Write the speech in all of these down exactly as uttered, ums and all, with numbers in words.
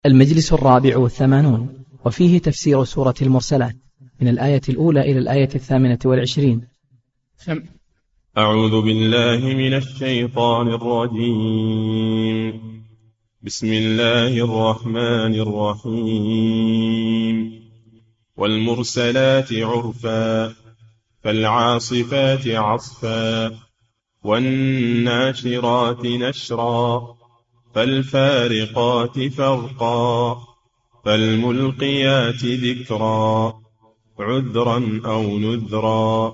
المجلس الرابع والثمانون، وفيه تفسير سورة المرسلات من الآية الأولى إلى الآية الثامنة والعشرين. سم. أعوذ بالله من الشيطان الرجيم. بسم الله الرحمن الرحيم. والمرسلات عرفا فالعاصفات عصفا والناشرات نشرا فالفارقات فرقا فالملقيات ذكرا عذرا أو نذرا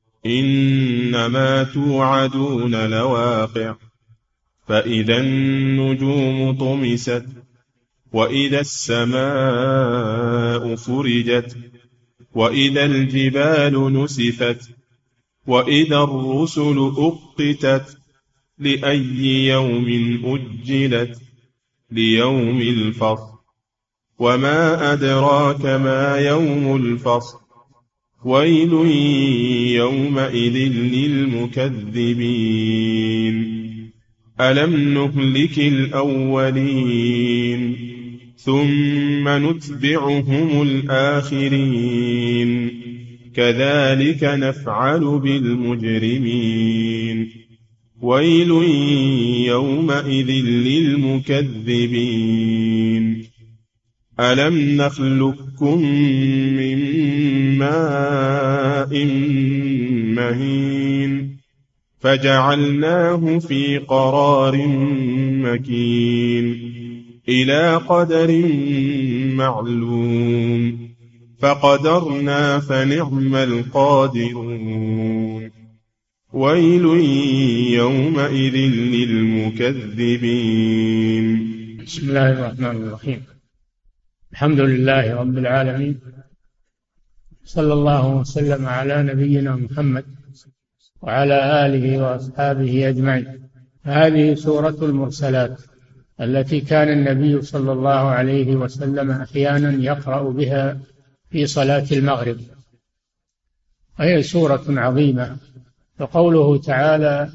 إنما توعدون لواقع فإذا النجوم طمست وإذا السماء فرجت وإذا الجبال نسفت وإذا الرسل أقتت لأي يوم أجلت ليوم الفصل وما أدراك ما يوم الفصل ويل يومئذ للمكذبين ألم نهلك الأولين ثم نتبعهم الآخرين كذلك نفعل بالمجرمين ويل يومئذ للمكذبين ألم نخلقكم من ماء مهين فجعلناه في قرار مكين إلى قدر معلوم فقدرنا فنعم القادرون ويل يومئذ للمكذبين. بسم الله الرحمن الرحيم. الحمد لله رب العالمين، صلى الله وسلم على نبينا محمد وعلى آله وأصحابه أجمعين. هذه سورة المرسلات التي كان النبي صلى الله عليه وسلم أحيانا يقرأ بها في صلاة المغرب، وهي سورة عظيمة. فقوله تعالى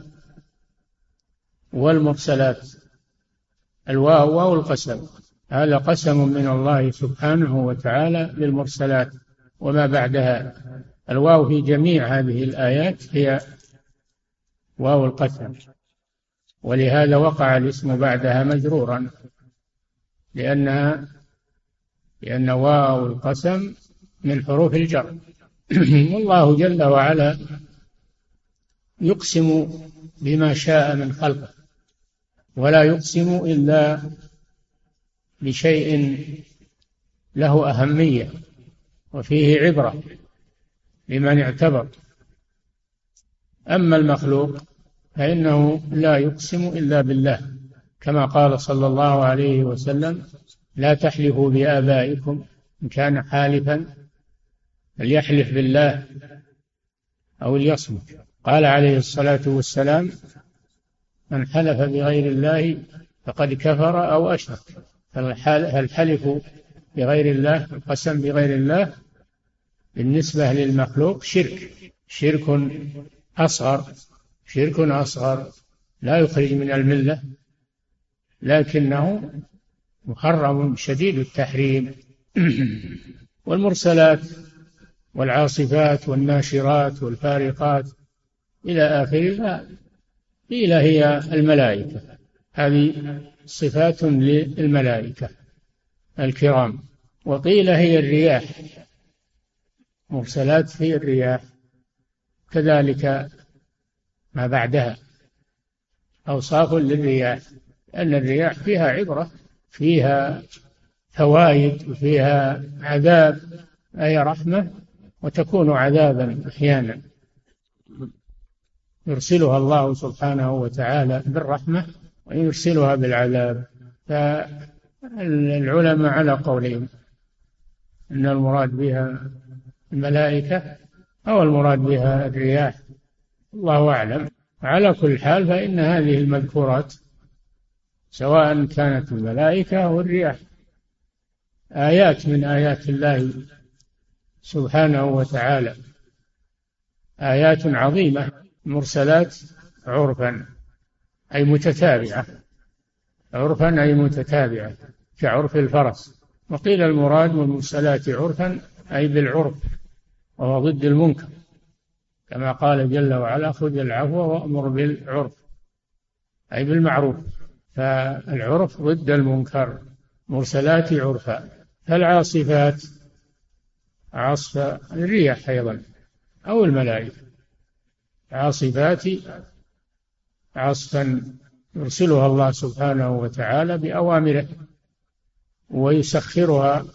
والمرسلات، الواو واو القسم، هذا قسم من الله سبحانه وتعالى للمرسلات وما بعدها. الواو في جميع هذه الآيات هي واو القسم، ولهذا وقع الاسم بعدها مجرورا، لأنها لأن واو القسم من حروف الجر. والله جل وعلا يقسم بما شاء من خلقه، ولا يقسم إلا بشيء له أهمية وفيه عبرة لمن اعتبر. أما المخلوق فإنه لا يقسم إلا بالله، كما قال صلى الله عليه وسلم: لا تحلفوا بآبائكم، إن كان حالفا فليحلف بالله أو ليصمت. قال عليه الصلاة والسلام: من حلف بغير الله فقد كفر أو أشرك. فالحلف بغير الله، القسم بغير الله بالنسبة للمخلوق شرك، شرك أصغر، شرك أصغر لا يخرج من الملة، لكنه محرم شديد التحريم. والمرسلات والعاصفات والناشرات والفارقات إلى آخرها قيل هي الملائكة، هذه صفات للملائكة الكرام. وقيل هي الرياح، مرسلات هي الرياح، كذلك ما بعدها أوصاف للرياح، أن الرياح فيها عبرة، فيها فوائد وفيها عذاب، أي رحمة وتكون عذابا أحيانا، يرسلها الله سبحانه وتعالى بالرحمة ويرسلها بالعذاب. فالعلماء على قولين، أن المراد بها الملائكة أو المراد بها الرياح، الله أعلم. على كل حال فإن هذه المذكورات سواء كانت الملائكة أو الرياح آيات من آيات الله سبحانه وتعالى، آيات عظيمة. مرسلات عرفا أي متتابعة، عرفا أي متتابعة، كعرف الفرس. وقيل المراد والمرسلات عرفا أي بالعرف، وهو ضد المنكر، كما قال جل وعلا خذ العفو وأمر بالعرف أي بالمعروف، فالعرف ضد المنكر. مرسلات عرفا. فالعاصفات عصف الرياح أيضا أو الملائكة، عاصفات عصفا يرسلها الله سبحانه وتعالى بأوامره ويسخرها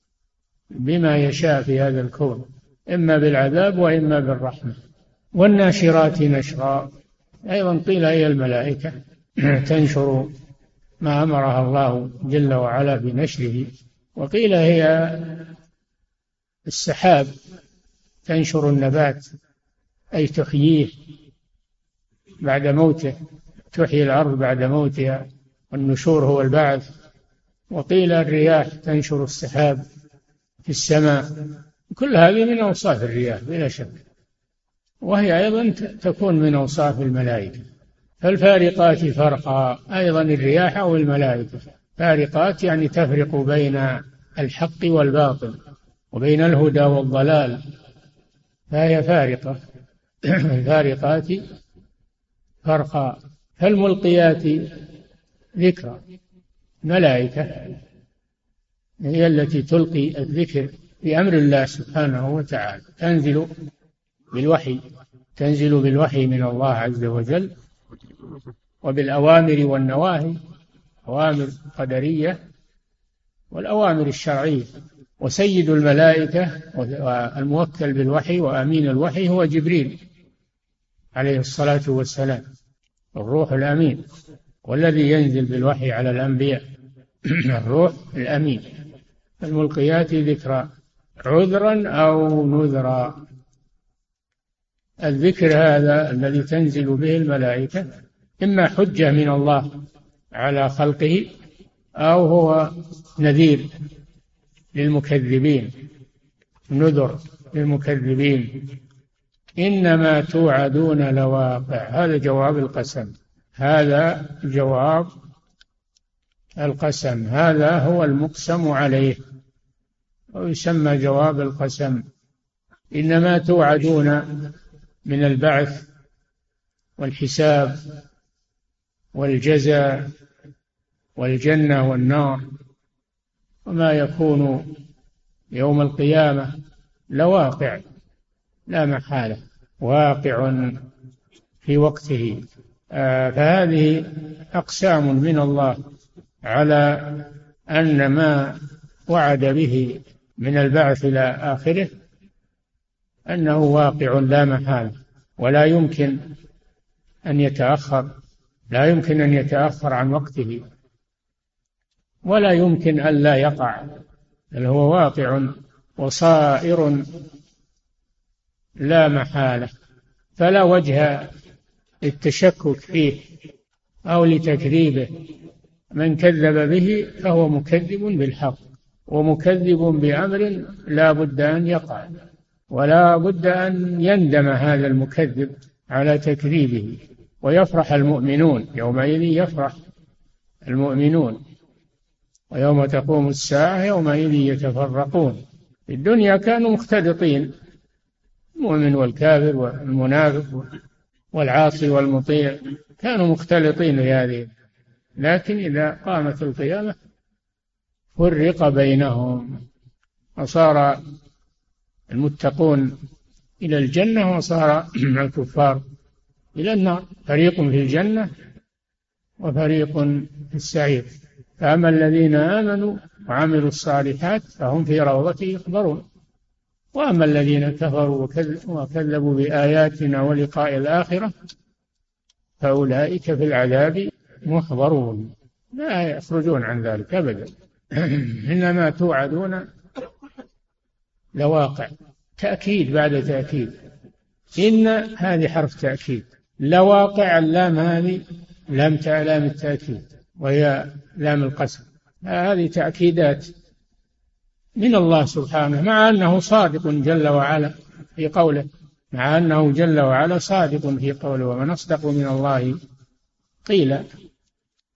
بما يشاء في هذا الكون، إما بالعذاب وإما بالرحمة. والناشرات نشرا أيضا قيل هي الملائكة تنشر ما أمرها الله جل وعلا بنشره، وقيل هي السحاب تنشر النبات أي تحييه بعد موته، تحيي الأرض بعد موتها، والنشور هو البعث. وقيل الرياح تنشر السحاب في السماء. كل هذه من أوصاف الرياح بلا شك، وهي أيضا تكون من أوصاف الملائكة. فالفارقات فرقا أيضا الرياح أو الملائكة. فارقات يعني تفرق بين الحق والباطل وبين الهدى والضلال، فهي فارقة. الفارقات فرقا. فالملقيات ذكرا، ملائكة هي التي تلقي الذكر بأمر الله سبحانه وتعالى، تنزل بالوحي تنزل بالوحي من الله عز وجل وبالأوامر والنواهي، أوامر قدرية والأوامر الشرعية. وسيد الملائكة والموكل بالوحي وأمين الوحي هو جبريل عليه الصلاة والسلام، الروح الأمين، والذي ينزل بالوحي على الأنبياء الروح الأمين. الملقيات ذكرا عذرا أو نذرا. الذكر هذا الذي تنزل به الملائكة إما حجة من الله على خلقه أو هو نذير للمكذبين، نذر للمكذبين. إنما توعدون لواقع، هذا جواب القسم، هذا جواب القسم، هذا هو المقسم عليه ويسمى جواب القسم. إنما توعدون من البعث والحساب والجزاء والجنة والنار وما يكون يوم القيامة لواقع لا محالة، واقع في وقته. آه فهذه أقسام من الله على أن ما وعد به من البعث إلى آخره أنه واقع لا محالة، ولا يمكن أن يتأخر لا يمكن أن يتأخر عن وقته، ولا يمكن أن لا يقع، بل هو واقع وصائر لا محالة، فلا وجه للتشكك فيه أو لتكذيبه. من كذب به فهو مكذب بالحق ومكذب بأمر لا بد أن يقع، ولا بد أن يندم هذا المكذب على تكذيبه. ويفرح المؤمنون يومئذ، يفرح المؤمنون. ويوم تقوم الساعة يومئذ يتفرقون. في الدنيا كانوا مختلطين، المؤمن والكافر والمنافق والعاصي والمطيع كانوا مختلطين بهذه، لكن إذا قامت القيامة فرق بينهم، وصار المتقون إلى الجنة وصار الكفار إلى النار، فريق في الجنة وفريق في السعير. فأما الذين آمنوا وعملوا الصالحات فهم في روضة يخبرون، وأما الذين كفروا وكذبوا بآياتنا ولقاء الآخرة فأولئك في العذاب محضرون، لا يخرجون عن ذلك أبدا. إنما توعدون لواقع، تأكيد بعد تأكيد. إن هذه حرف تأكيد، لواقع اللام هذه لام لام التأكيد وهي لام القسم، هذه تأكيدات من الله سبحانه، مع أنه صادق جل وعلا في قوله، مع أنه جل وعلا صادق في قوله ومن أصدق من الله قيل.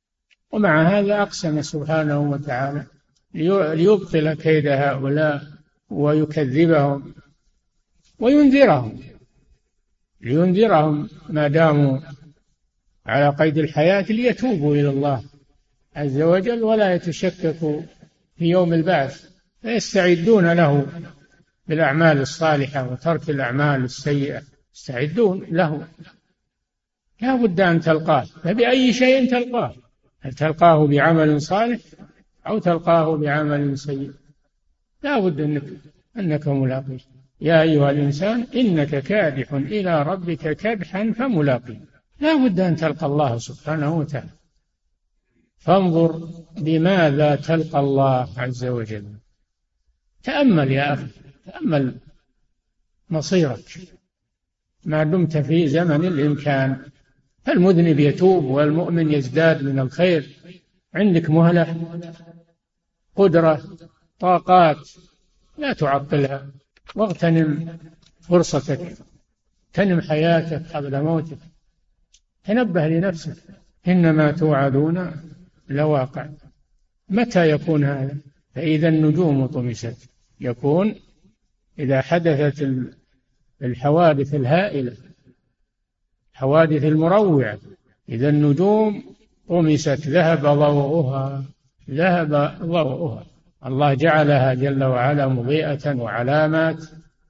ومع هذا أقسم سبحانه وتعالى ليبطل كيد هؤلاء ويكذبهم وينذرهم لينذرهم ما داموا على قيد الحياة ليتوبوا إلى الله عز وجل ولا يتشككوا في يوم البعث، فيستعدون له بالأعمال الصالحة وترك الأعمال السيئة، يستعدون له. لا بد أن تلقاه، فبأي شيء تلقاه؟ هل تلقاه بعمل صالح أو تلقاه بعمل سيء؟ لا بد أنك, أنك ملاقيه. يا أيها الإنسان إنك كادح إلى ربك كدحا فملاقيه. لا بد أن تلقى الله سبحانه وتعالى. فانظر بماذا تلقى الله عز وجل. تأمل يا أخي، تأمل مصيرك ما دمت في زمن الإمكان. فالمذنب يتوب والمؤمن يزداد من الخير. عندك مهلة، قدرة، طاقات، لا تعطلها، واغتنم فرصتك، تنم حياتك قبل موتك. تنبه لنفسك، إنما توعدون لواقع. متى يكون هذا؟ فإذا النجوم طمست. يكون إذا حدثت الحوادث الهائلة، الحوادث المروعة، إذا النجوم طمست ذهب ضوءها ذهب ضوءها. الله جعلها جل وعلا مضيئة وعلامات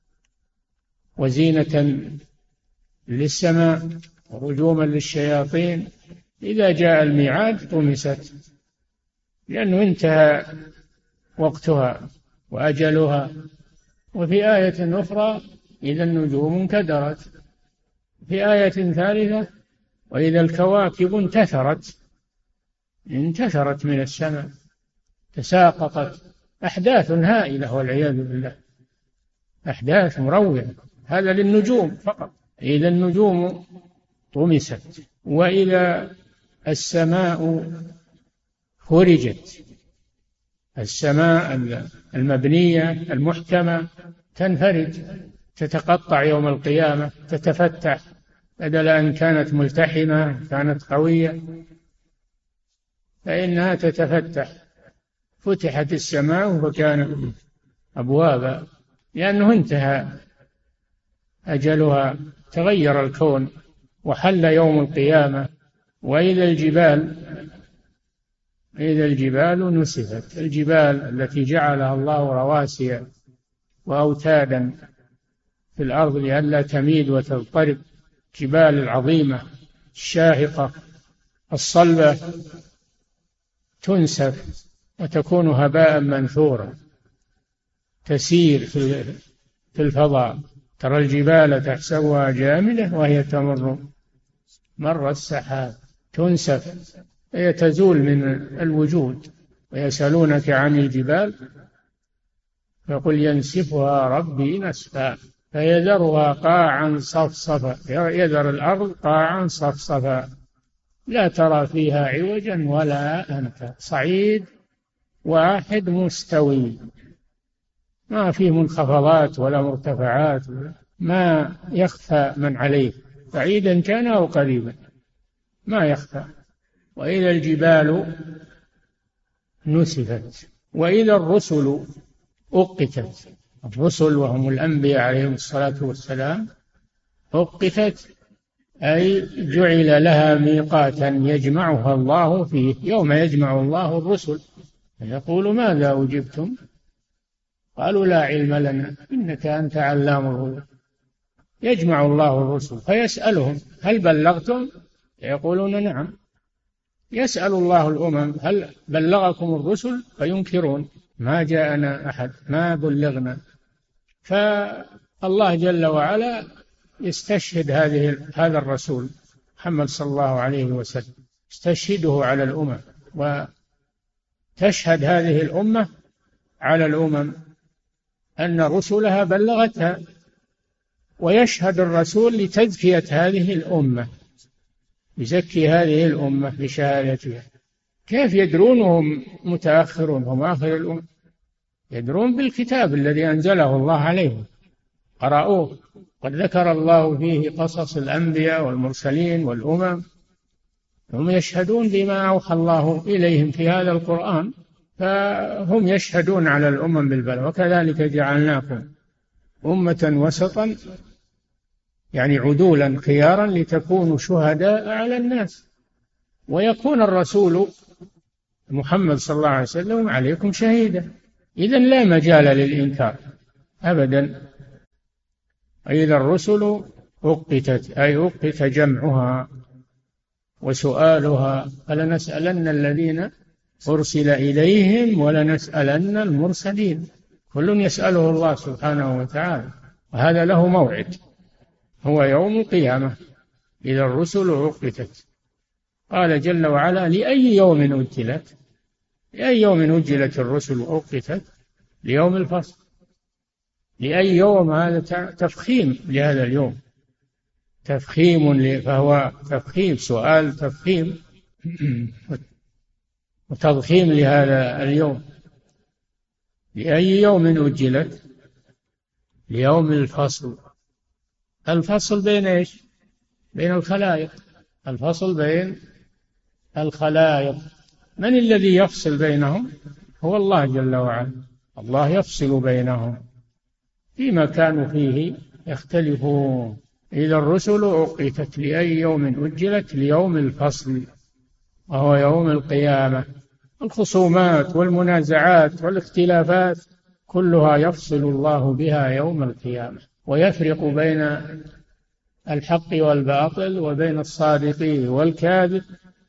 وزينة للسماء ورجوما للشياطين. إذا جاء الميعاد طمست، لأنه انتهى وقتها وأجلها. وفي آية أخرى إذا النجوم انكدرت. في آية ثالثة وإذا الكواكب انتثرت انتثرت من السماء، تساقطت. أحداث هائلة والعياذ بالله، أحداث مروعة. هذا للنجوم فقط. إذا النجوم طمست وإذا السماء فرجت. السماء المبنية المحكمة تنفرج، تتقطع يوم القيامة، تتفتح، بدل أن كانت ملتحمة كانت قوية فإنها تتفتح. فتحت السماء فكانت أبوابا، لأنه انتهى أجلها، تغير الكون وحل يوم القيامة. وإذا الجبال إذا الجبال نسفت. الجبال التي جعلها الله رواسي وأوتادا في الأرض لئلا تميد وتضطرب، الجبال العظيمة الشاهقة الصلبة تنسف وتكون هباء منثورا، تسير في الفضاء. ترى الجبال تحسبها جامدة وهي تمر مر السحاب. تنسف، هي تزول من الوجود. ويسألونك عن الجبال فقل ينسفها ربي نسفا فيذرها قاعا صفصفا. يذر الأرض قاعا صفصفا لا ترى فيها عوجا ولا أمتا، صعيد واحد مستوي، ما فيه منخفضات ولا مرتفعات، ما يخفى من عليه، بعيدا كان أو قريبا ما يخفى. وإذا الجبال نسفت وإذا الرسل أقتت. الرسل وهم الأنبياء عليهم الصلاة والسلام أقتت أي جعل لها ميقاتا يجمعها الله فيه. يوم يجمع الله الرسل فيقول ماذا أجبتم؟ قالوا لا علم لنا إنك أنت علام الغيوب. يجمع الله الرسل فيسألهم هل بلغتم؟ يقولون نعم. يسأل الله الأمم هل بلغكم الرسل؟ فينكرون ما جاءنا أحد، ما بلغنا. فالله جل وعلا يستشهد هذه هذا الرسول محمد صلى الله عليه وسلم، يستشهده على الأمم، وتشهد هذه الأمة على الأمم أن رسلها بلغتها، ويشهد الرسول لتزكية هذه الأمة، يزكي هذه الأمة بشهادتها. كيف يدرون وهم متأخرون، هم آخر الأمة؟ يدرون بالكتاب الذي أنزله الله عليهم، قرأوه. قد ذكر الله فيه قصص الأنبياء والمرسلين والأمم هم يشهدون بما أوحى الله إليهم في هذا القرآن، فهم يشهدون على الأمم بالبلاغ. وكذلك جعلناكم أمة وسطا، يعني عدولا خيارا، لتكونوا شهداء على الناس ويكون الرسول محمد صلى الله عليه وسلم عليكم شهيدا. إذن لا مجال للإنكار أبدا. إذا الرسل أقتت، أي أقت جمعها وسؤالها، فلنسألن الذين أرسل إليهم ولنسألن المرسلين. كل يسأله الله سبحانه وتعالى، وهذا له موعد، هو يوم القيامة إذا الرسل أقتت. قال جل وعلا: لأي يوم أجلت؟ لأي يوم أجلت الرسل أقتت؟ ليوم الفصل. لأي يوم؟ هذا تفخيم لهذا اليوم، تفخيم، فهو تفخيم، سؤال تفخيم وتضخيم لهذا اليوم. لأي يوم أجلت؟ ليوم الفصل. الفصل بين إيش؟ بين الخلائق، الفصل بين الخلائق. من الذي يفصل بينهم؟ هو الله جل وعلا. الله يفصل بينهم فيما كانوا فيه يختلفون. إذا الرسل أقتت لأي يوم أجلت؟ ليوم الفصل، وهو يوم القيامة. الخصومات والمنازعات والاختلافات كلها يفصل الله بها يوم القيامة، ويفرق بين الحق والباطل، وبين الصادق والكاذب،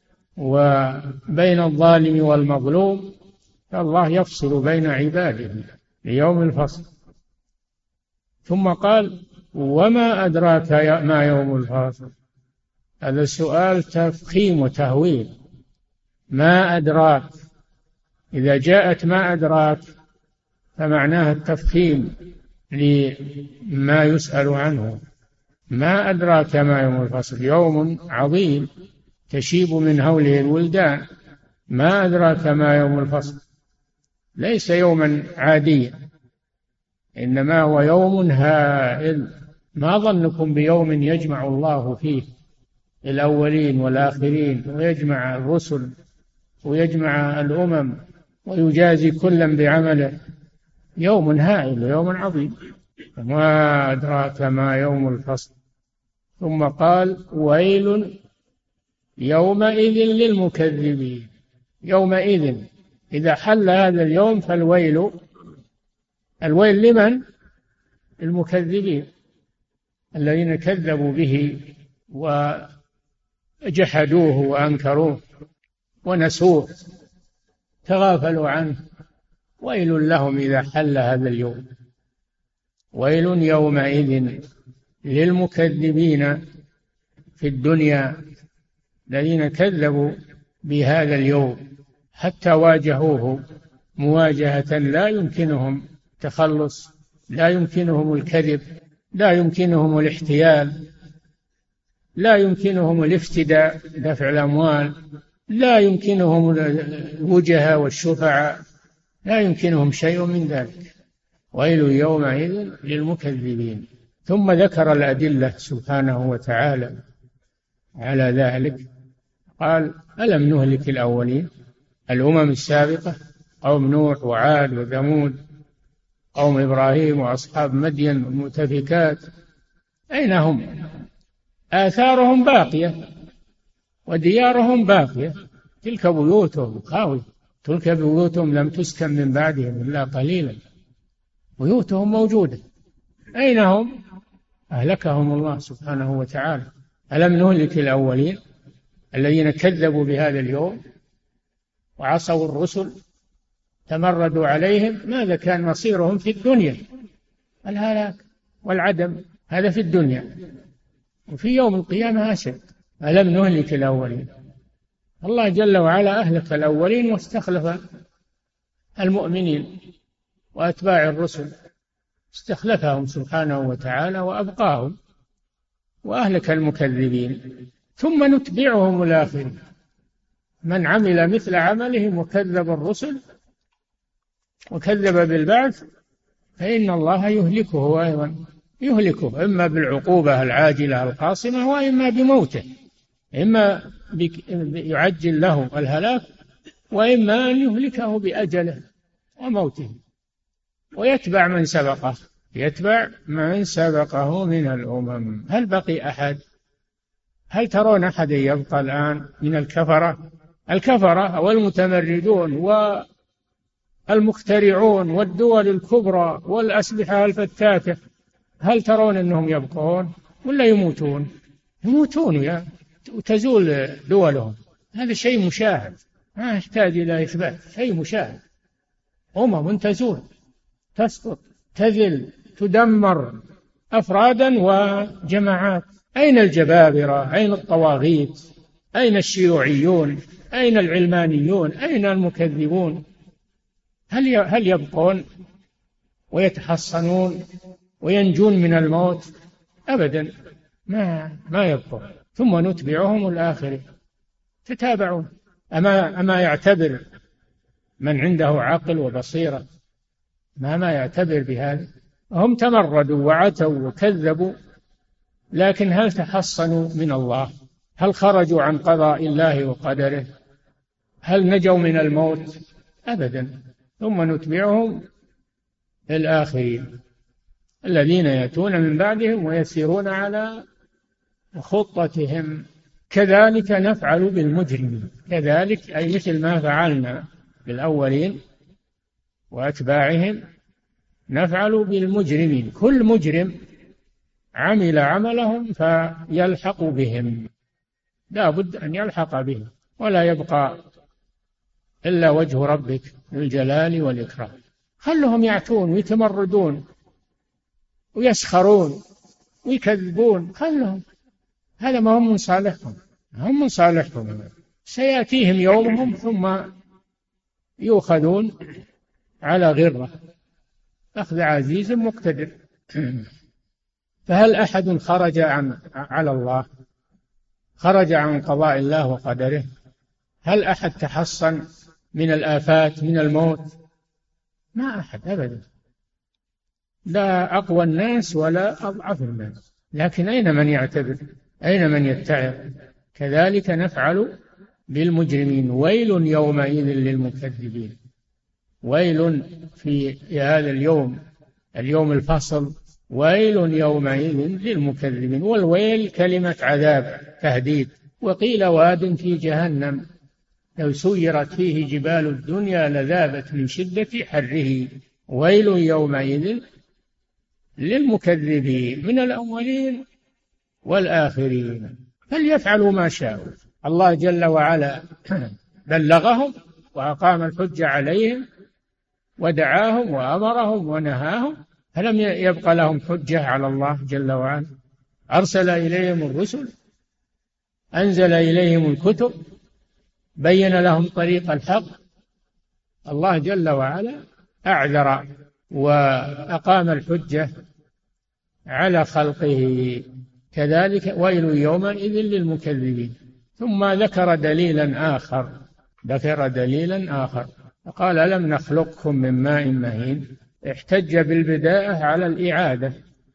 وبين الظالم والمظلوم. فالله يفصل بين عباده ليوم الفصل. ثم قال: وما أدراك ما يوم الفصل؟ هذا السؤال تفخيم وتهويل. ما أدراك، إذا جاءت ما أدراك فمعناها التفخيم لما يسأل عنه. ما أدراك ما يوم الفصل؟ يوم عظيم تشيب من هوله الولدان. ما أدراك ما يوم الفصل؟ ليس يوما عاديا، إنما هو يوم هائل. ما ظنكم بيوم يجمع الله فيه الأولين والآخرين، ويجمع الرسل ويجمع الأمم ويجازي كلا بعمله؟ يوم هائل، يوم عظيم. وما أدراك ما يوم الفصل. ثم قال: ويل يومئذ للمكذبين. يومئذ، إذا حل هذا اليوم فالويل. الويل لمن؟ المكذبين الذين كذبوا به وجحدوه وأنكروه ونسوه، تغافلوا عنه. ويل لهم إذا حل هذا اليوم. ويل يومئذ للمكذبين في الدنيا، الذين كذبوا بهذا اليوم حتى واجهوه مواجهة لا يمكنهم تخلص، لا يمكنهم الكذب، لا يمكنهم الاحتيال، لا يمكنهم الافتداء، دفع الأموال، لا يمكنهم الوجهاء والشفعاء، لا يمكنهم شيء من ذلك. ويل يومئذ للمكذبين. ثم ذكر الأدلة سبحانه وتعالى على ذلك. قال: ألم نهلك الأولين؟ الأمم السابقة، قوم نوح وعاد وثمود، قوم إبراهيم وأصحاب مدين والمؤتفكات، أين هم؟ آثارهم باقية وديارهم باقية. تلك بيوتهم خاوية، تلك بيوتهم لم تسكن من بعدهم إلا قليلا. بيوتهم موجودة، أين هم؟ أهلكهم الله سبحانه وتعالى. ألم نهلك الأولين الذين كذبوا بهذا اليوم وعصوا الرسل، تمردوا عليهم؟ ماذا كان مصيرهم في الدنيا؟ الهلاك والعدم، هذا في الدنيا. وفي يوم القيامة أشد. ألم نهلك الأولين. الله جل وعلا أهلك الأولين واستخلف المؤمنين وأتباع الرسل، استخلفهم سبحانه وتعالى وأبقاهم، وأهلك المكذبين. ثم نتبعهم الآخرين، من عمل مثل عملهم وكذب الرسل وكذب بالبعث فإن الله يهلكه أيضا، يهلكه إما بالعقوبة العاجلة القاصمة وإما بموته إما يعجل له الهلاك، وإما أن يهلكه بأجله وموته، ويتبع من سبقه يتبع من سبقه من الأمم. هل بقي أحد؟ هل ترون أحد يبقى الآن من الكفرة؟ الكفرة والمتمردون والمخترعون والدول الكبرى والأسلحة الفتاكة، هل ترون أنهم يبقون ولا يموتون؟ يموتون يا وتزول دولهم. هذا شيء مشاهد، ما يحتاج إلى إثبات، شيء مشاهد. أمم تزول، تسقط، تذل، تدمر أفرادا وجماعات. أين الجبابرة؟ أين الطواغيت؟ أين الشيوعيون؟ أين العلمانيون؟ أين المكذبون؟ هل هل يبقون ويتحصنون وينجون من الموت؟ أبدا، ما ما يبقون. ثم نتبعهم الآخرين. تتابعون. أما أما يعتبر من عنده عقل وبصيرة؟ ما ما يعتبر بهذا. هم تمردوا وعتوا وكذبوا، لكن هل تحصنوا من الله؟ هل خرجوا عن قضاء الله وقدره؟ هل نجوا من الموت؟ أبدا. ثم نتبعهم الآخرين الذين يأتون من بعدهم ويسيرون على خطتهم. كذلك نفعل بالمجرمين. كذلك أي مثل ما فعلنا بالأولين وأتباعهم نفعل بالمجرمين. كل مجرم عمل عملهم فيلحق بهم، لا بد أن يلحق بهم، ولا يبقى إلا وجه ربك ذو الجلال والإكرام. خلهم يعتون ويتمردون ويسخرون ويكذبون، خلهم. هذا ما هم من صالحهم، هم من صالحهم. سيأتيهم يومهم ثم يؤخذون على غرة أخذ عزيز مقتدر. فهل أحد خرج عن على الله، خرج عن قضاء الله وقدره؟ هل أحد تحصن من الآفات، من الموت؟ ما أحد أبدا، لا أقوى الناس ولا أضعف الناس. لكن أين من يعتبر؟ أين من يتعظ؟ كذلك نفعل بالمجرمين. ويل يومئذ للمكذبين. ويل في هذا اليوم، اليوم الفصل، ويل يومئذ للمكذبين. والويل كلمة عذاب تهديد. وقيل واد في جهنم لو سيرت فيه جبال الدنيا لذابت من شدة حره. ويل يومئذ للمكذبين من الأولين والآخرين. فليفعلوا ما شاءوا. الله جل وعلا بلغهم وأقام الحجة عليهم ودعاهم وأمرهم ونهاهم، فلم يبق لهم حجة على الله جل وعلا. أرسل إليهم الرسل، أنزل إليهم الكتب، بين لهم طريق الحق. الله جل وعلا أعذر وأقام الحجة على خلقه. كذلك ويل يومئذ للمكذبين. ثم ذكر دليلا آخر ذكر دليلا آخر فقال ألم نخلقكم من ماء مهين. احتج بالبداءة على الإعادة.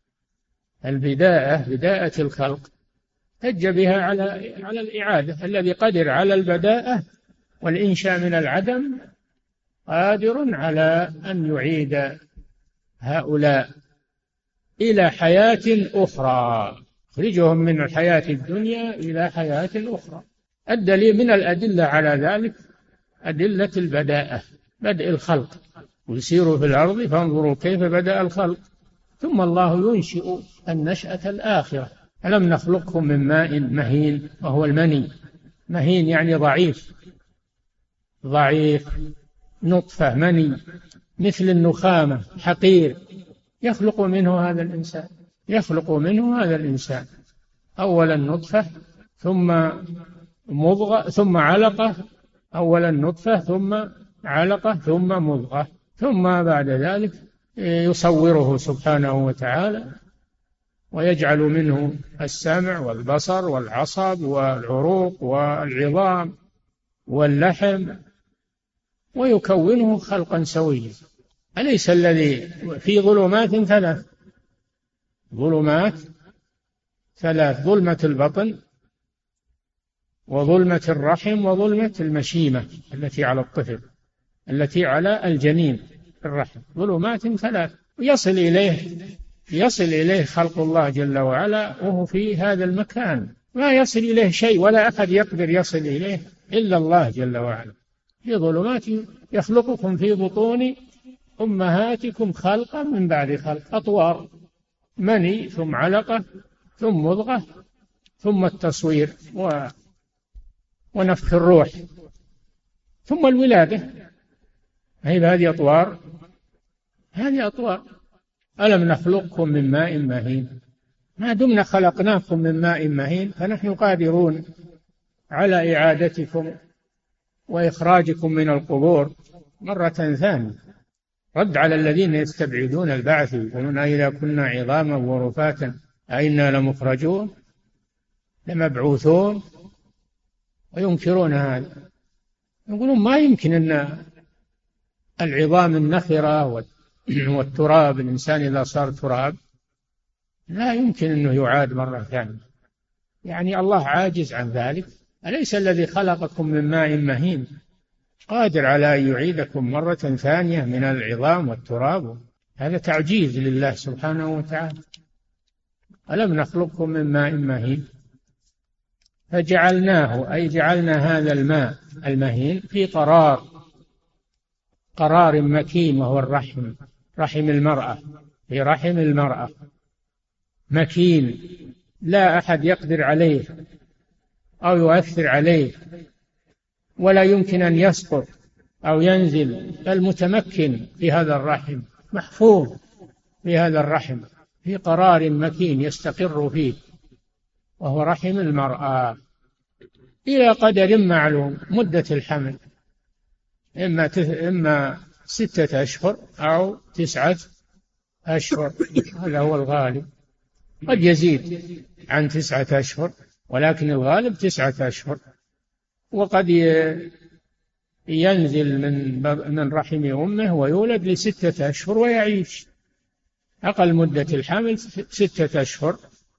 البداءة بداءة الخلق احتج بها على على الإعادة. الذي قدر على البداءة والإنشاء من العدم قادر على أن يعيد هؤلاء إلى حياة أخرى، يخرجهم من الحياة الدنيا إلى حياة أخرى. الدليل من الأدلة على ذلك أدلة البداءة، بدء الخلق. ويسيروا في الأرض فانظروا كيف بدأ الخلق، ثم الله ينشئ النشأة الآخرة. ألم نخلقكم من ماء مهين، وهو المني. مهين يعني ضعيف، ضعيف، نطفة مني مثل النخامة، حقير. يخلق منه هذا الإنسان يخلق منه هذا الإنسان أولا نطفة ثم مضغة ثم علقة. أولا نطفة ثم علقة ثم مضغة، ثم بعد ذلك يصوره سبحانه وتعالى ويجعل منه السمع والبصر والعصب والعروق والعظام واللحم ويكونه خلقا سويا. أليس الذي في ظلمات ثلاث ظلمات ثلاث ظلمة البطن وظلمة الرحم وظلمة المشيمة التي على الطفل، التي على الجنين الرحم، ظلمات ثلاث. يصل إليه يصل إليه خلق الله جل وعلا وهو في هذا المكان، ما يصل إليه شيء ولا أحد يقدر يصل إليه إلا الله جل وعلا. في ظلمات يخلقكم في بطون أمهاتكم خلقا من بعد خلق، أطوار، مني ثم علقة ثم مضغة ثم التصوير و... ونفخ الروح ثم الولادة. هي هذه أطوار، هذه أطوار. ألم نخلقكم من ماء مهين، ما دمنا خلقناكم من ماء مهين فنحن قادرون على إعادتكم وإخراجكم من القبور مرة ثانية. رد على الذين يستبعدون البعث، يقولون إذا كنا عظاما ورفاتا أئنا لمخرجون لمبعوثون، وينكرون هذا، يقولون ما يمكن أن العظام النخرة والتراب، الإنسان إذا صار تراب لا يمكن أنه يعاد مرة ثانية. يعني الله عاجز عن ذلك؟ أليس الذي خلقكم من ماء مهين قادر على أن يعيدكم مرة ثانية من العظام والتراب؟ هذا تعجيز لله سبحانه وتعالى. ألم نخلقكم من ماء مهين فجعلناه، أي جعلنا هذا الماء المهين في قرار قرار مكين، وهو الرحم، رحم المرأة، في رحم المرأة مكين لا أحد يقدر عليه أو يؤثر عليه، ولا يمكن أن يسقط أو ينزل، بل متمكن في هذا الرحم، محفوظ في هذا الرحم في قرار مكين يستقر فيه، وهو رحم المرأة، إلى قدر معلوم. مدة الحمل إما إما ستة أشهر أو تسعة أشهر، هذا هو الغالب. قد يزيد عن تسعة أشهر، ولكن الغالب تسعة أشهر. وقد ينزل من من رحم أمه ويولد لستة أشهر ويعيش. أقل مدة الحمل ستة أشهر،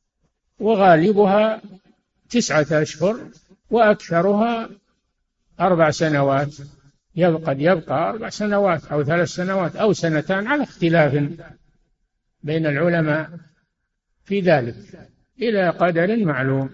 وغالبها تسعة أشهر، وأكثرها أربع سنوات. قد يبقى أربع سنوات أو ثلاث سنوات أو سنتان، على اختلاف بين العلماء في ذلك، إلى قدر معلوم.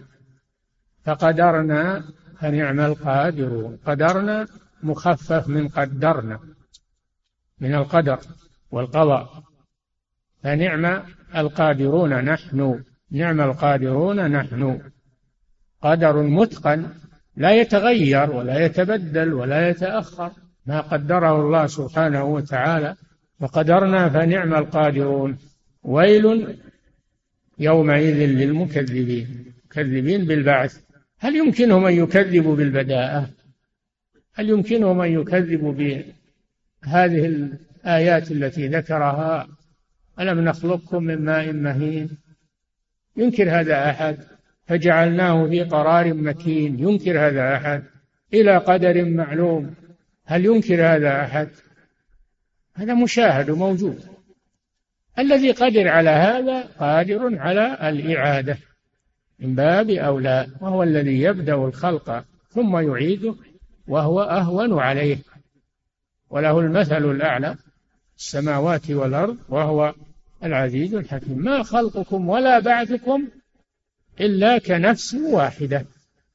فقدرنا فنعم القادرون. قدرنا مخفف من قدرنا، من القدر والقضاء. فنعم القادرون نحن، نعم القادرون نحن. قدر متقن لا يتغير ولا يتبدل ولا يتأخر، ما قدره الله سبحانه وتعالى. وقدرنا فنعم القادرون. ويل يومئذ للمكذبين، مكذبين بالبعث. هل يمكنهم أن يكذبوا بالبداءة؟ هل يمكنهم أن يكذبوا بهذه الآيات التي ذكرها؟ ألم نخلقكم من ماء مهين؟ ينكر هذا أحد؟ فجعلناه في قرار مكين، ينكر هذا أحد؟ إلى قدر معلوم، هل ينكر هذا أحد؟ هذا مشاهد وموجود. الذي قدر على هذا قادر على الإعادة من باب أولى، وهو الذي يبدأ الخلق ثم يعيده، وهو أهون عليه، وله المثل الأعلى السماوات والأرض، وهو العزيز الحكيم. ما خلقكم ولا بعثكم إلا كنفس واحدة.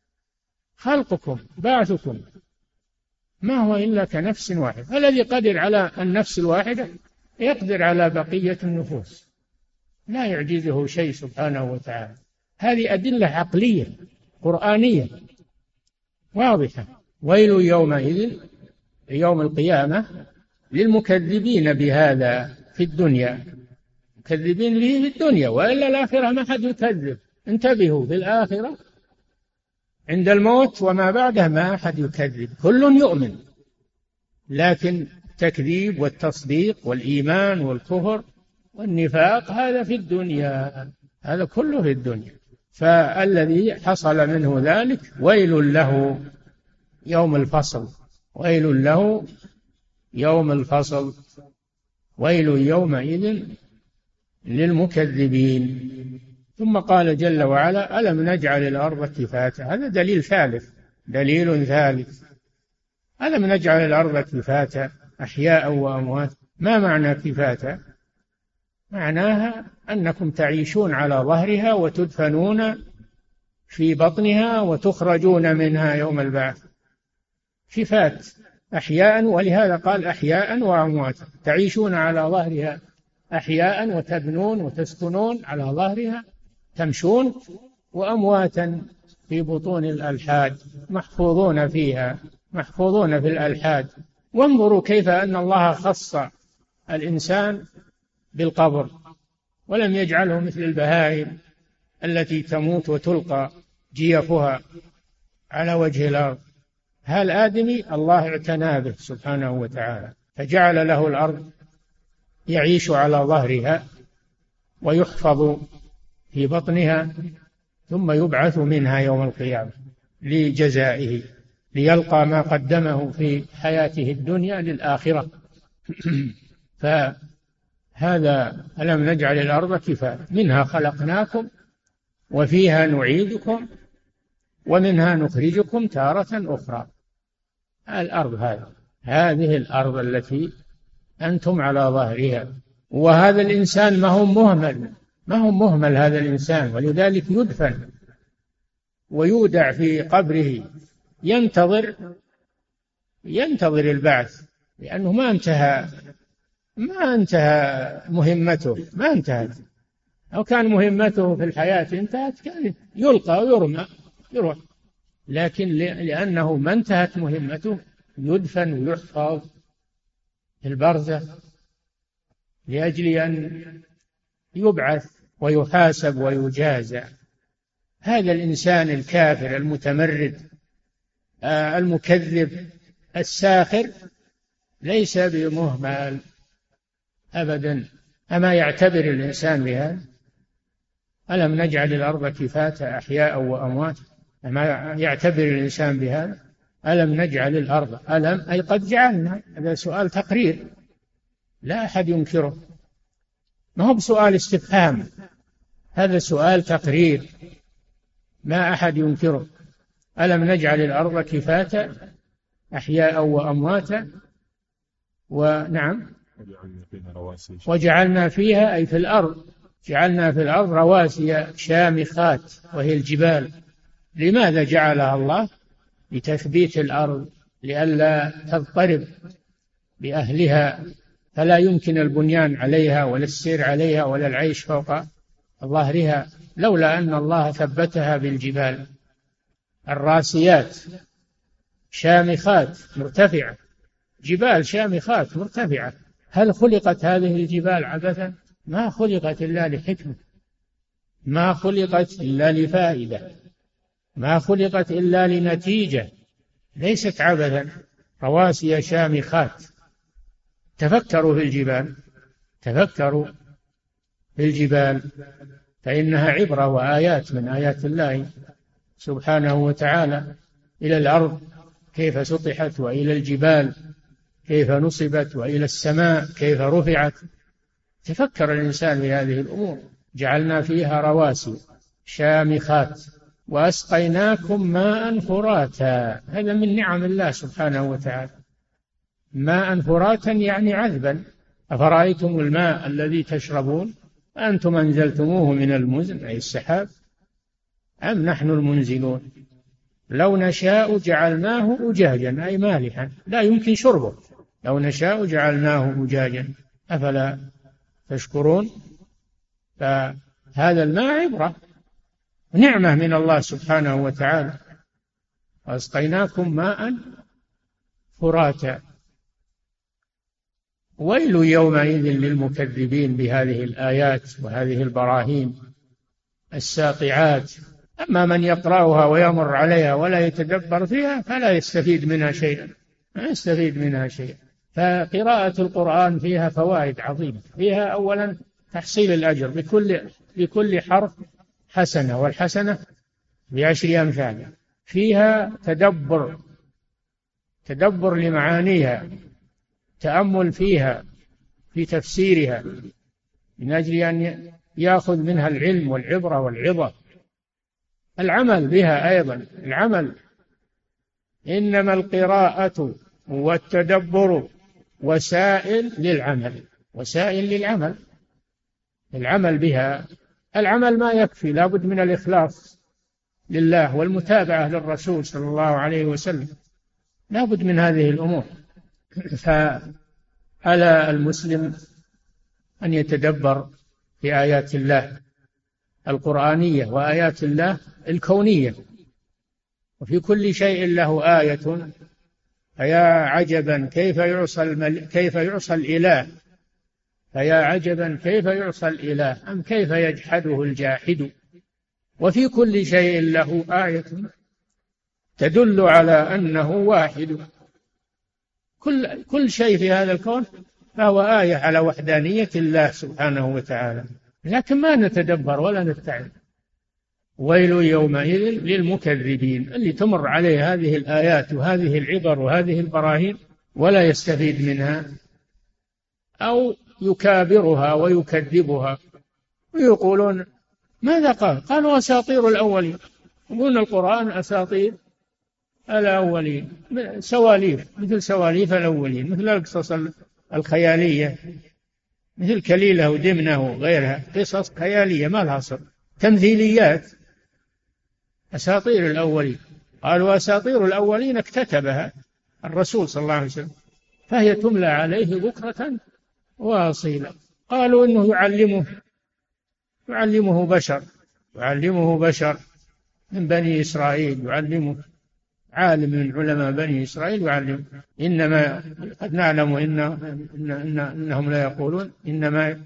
خلقكم بعثكم ما هو إلا كنفس واحدة. الذي قدر على النفس الواحدة يقدر على بقية النفوس، لا يعجزه شيء سبحانه وتعالى. هذه أدلة عقلية قرآنية واضحة. ويل يومئذ يوم القيامة للمكذبين بهذا في الدنيا، مكذبين به في الدنيا، وإلا الآخرة ما حد يكذب. انتبهوا، في الآخرة عند الموت وما بعده ما أحد يكذب، كل يؤمن، لكن التكذيب والتصديق والإيمان والكفر والنفاق هذا في الدنيا، هذا كله في الدنيا. فالذي حصل منه ذلك ويل له يوم الفصل، ويل له يوم الفصل. ويل يومئذ للمكذبين. ثم قال جل وعلا: ألم نجعل الأرض كفاتا. هذا دليل ثالث دليل ثالث ألم نجعل الأرض كفاتا أحياء وأموات. ما معنى كفاتا؟ معناها أنكم تعيشون على ظهرها وتدفنون في بطنها وتخرجون منها يوم البعث. كفات أحياء، ولهذا قال أحياء وأمواتا. تعيشون على ظهرها أحياء وتبنون وتسكنون على ظهرها تمشون، وأمواتا في بطون الألحاد محفوظون فيها محفوظون في الألحاد. وانظروا كيف أن الله خص الإنسان بالقبر ولم يجعله مثل البهائم التي تموت وتلقى جيفها على وجه الأرض. هل آدمي الله اعتنى به سبحانه وتعالى، فجعل له الأرض يعيش على ظهرها ويحفظ في بطنها، ثم يبعث منها يوم القيامة لجزائه، ليلقى ما قدمه في حياته الدنيا للآخرة. فهذا ألم نجعل الأرض كفاتا منها خلقناكم وفيها نعيدكم ومنها نخرجكم تارة أخرى. الأرض هذه هذه الأرض التي أنتم على ظهرها. وهذا الإنسان ما هو مهمل ما هو مهمل هذا الإنسان، ولذلك يدفن ويودع في قبره ينتظر ينتظر البعث، لأنه ما انتهى ما انتهى مهمته ما انتهت. أو كان مهمته في الحياة انتهت كان يلقى ويرمى يروح، لكن لأنه ما انتهت مهمته يدفن ويحفظ في البرزخ لأجل أن يبعث ويحاسب ويجازى. هذا الإنسان الكافر المتمرد المكذب الساخر ليس بمهمل أبدا. أما يعتبر الإنسان بهذا؟ ألم نجعل الأرض كفاتا أحياء وأموات. أما يعتبر الإنسان بهذا؟ ألم نجعل الأرض ألم أي قد جعلنا. هذا سؤال تقرير لا أحد ينكره، ما هو بسؤال استفهام، هذا سؤال تقرير ما أحد ينكره. ألم نجعل الأرض كفاتا أحياء وأمواتا. ونعم وجعلنا فيها أي في الأرض جعلنا في الأرض رواسي شامخات وهي الجبال. لماذا جعلها الله؟ لتثبيت الأرض لئلا تضطرب بأهلها، فلا يمكن البنيان عليها ولا السير عليها ولا العيش فوق ظهرها لولا أن الله ثبتها بالجبال الراسيات شامخات مرتفعة. جبال شامخات مرتفعة. هل خلقت هذه الجبال عبثا؟ ما خلقت إلا لحكمة، ما خلقت إلا لفائدة، ما خلقت إلا لنتيجة، ليست عبثا. رواسي شامخات. تفكروا في الجبال تفكروا في الجبال فإنها عبرة وآيات من آيات الله سبحانه وتعالى. إلى الأرض كيف سطحت، وإلى الجبال كيف نصبت، وإلى السماء كيف رفعت. تفكر الإنسان بهذه الأمور. جعلنا فيها رواسي شامخات وأسقيناكم ماء فراتا. هذا من نعم الله سبحانه وتعالى. ماء فراتا يعني عذبا. أفرأيتم الماء الذي تشربون أنتم أنزلتموه من المزن أي السحاب أم نحن المنزلون. لو نشاء جعلناه أجاجا أي مالحا لا يمكن شربه. لو نشاء جعلناه أجاجا أفلا تشكرون. فهذا الماء عبرة نعمة من الله سبحانه وتعالى. وأسقيناكم ماء فراتا. ويل يومئذ للمكذبين بهذه الآيات وهذه البراهين الساطعات. أما من يقرأها ويمر عليها ولا يتدبر فيها فلا يستفيد منها شيئا ما يستفيد منها شيئا. فقراءة القرآن فيها فوائد عظيمة. فيها أولا تحصيل الأجر بكل بكل حرف حسنة، والحسنة بعشر أمثالها. فيها تدبر تدبر لمعانيها، تأمل فيها في تفسيرها من أجل أن يأخذ منها العلم والعبرة والعظة، العمل بها أيضا، العمل. إنما القراءة والتدبر وسائل للعمل، وسائل للعمل، العمل بها. العمل ما يكفي، لا بد من الإخلاص لله والمتابعة للرسول صلى الله عليه وسلم، لا بد من هذه الأمور. فعلى المسلم أن يتدبر في آيات الله القرآنية وآيات الله الكونية، وفي كل شيء له آية. فيا عجبا كيف يعصى المل... كيف يعصى الإله، فيا عجبا كيف يعصى الإله أم كيف يجحده الجاحد. وفي كل شيء له آية تدل على أنه واحد، كل كل شيء في هذا الكون فهو آية على وحدانية الله سبحانه وتعالى، لكن ما نتدبر ولا نتعظ. ويل يومئذ للمكذبين، اللي تمر عليه هذه الآيات وهذه العبر وهذه البراهين ولا يستفيد منها، أو يكابرها ويكذبها ويقولون ماذا قال؟ قالوا أساطير الأولين، يقولون القرآن أساطير الأولين، سواليف مثل سواليف الأولين، مثل القصص الخيالية، مثل كليلة ودمنة وغيرها، قصص خيالية ما لها أصل، تمثيليات، أساطير الأولين. قالوا أساطير الأولين اكتتبها الرسول صلى الله عليه وسلم فهي تملى عليه بكرة وأصيلا. قالوا إنه يعلمه يعلمه بشر يعلمه بشر من بني إسرائيل، يعلمه عالم من علماء بني إسرائيل يعلم. إنما قد نعلم إن إن إن إنهم لا يقولون إنما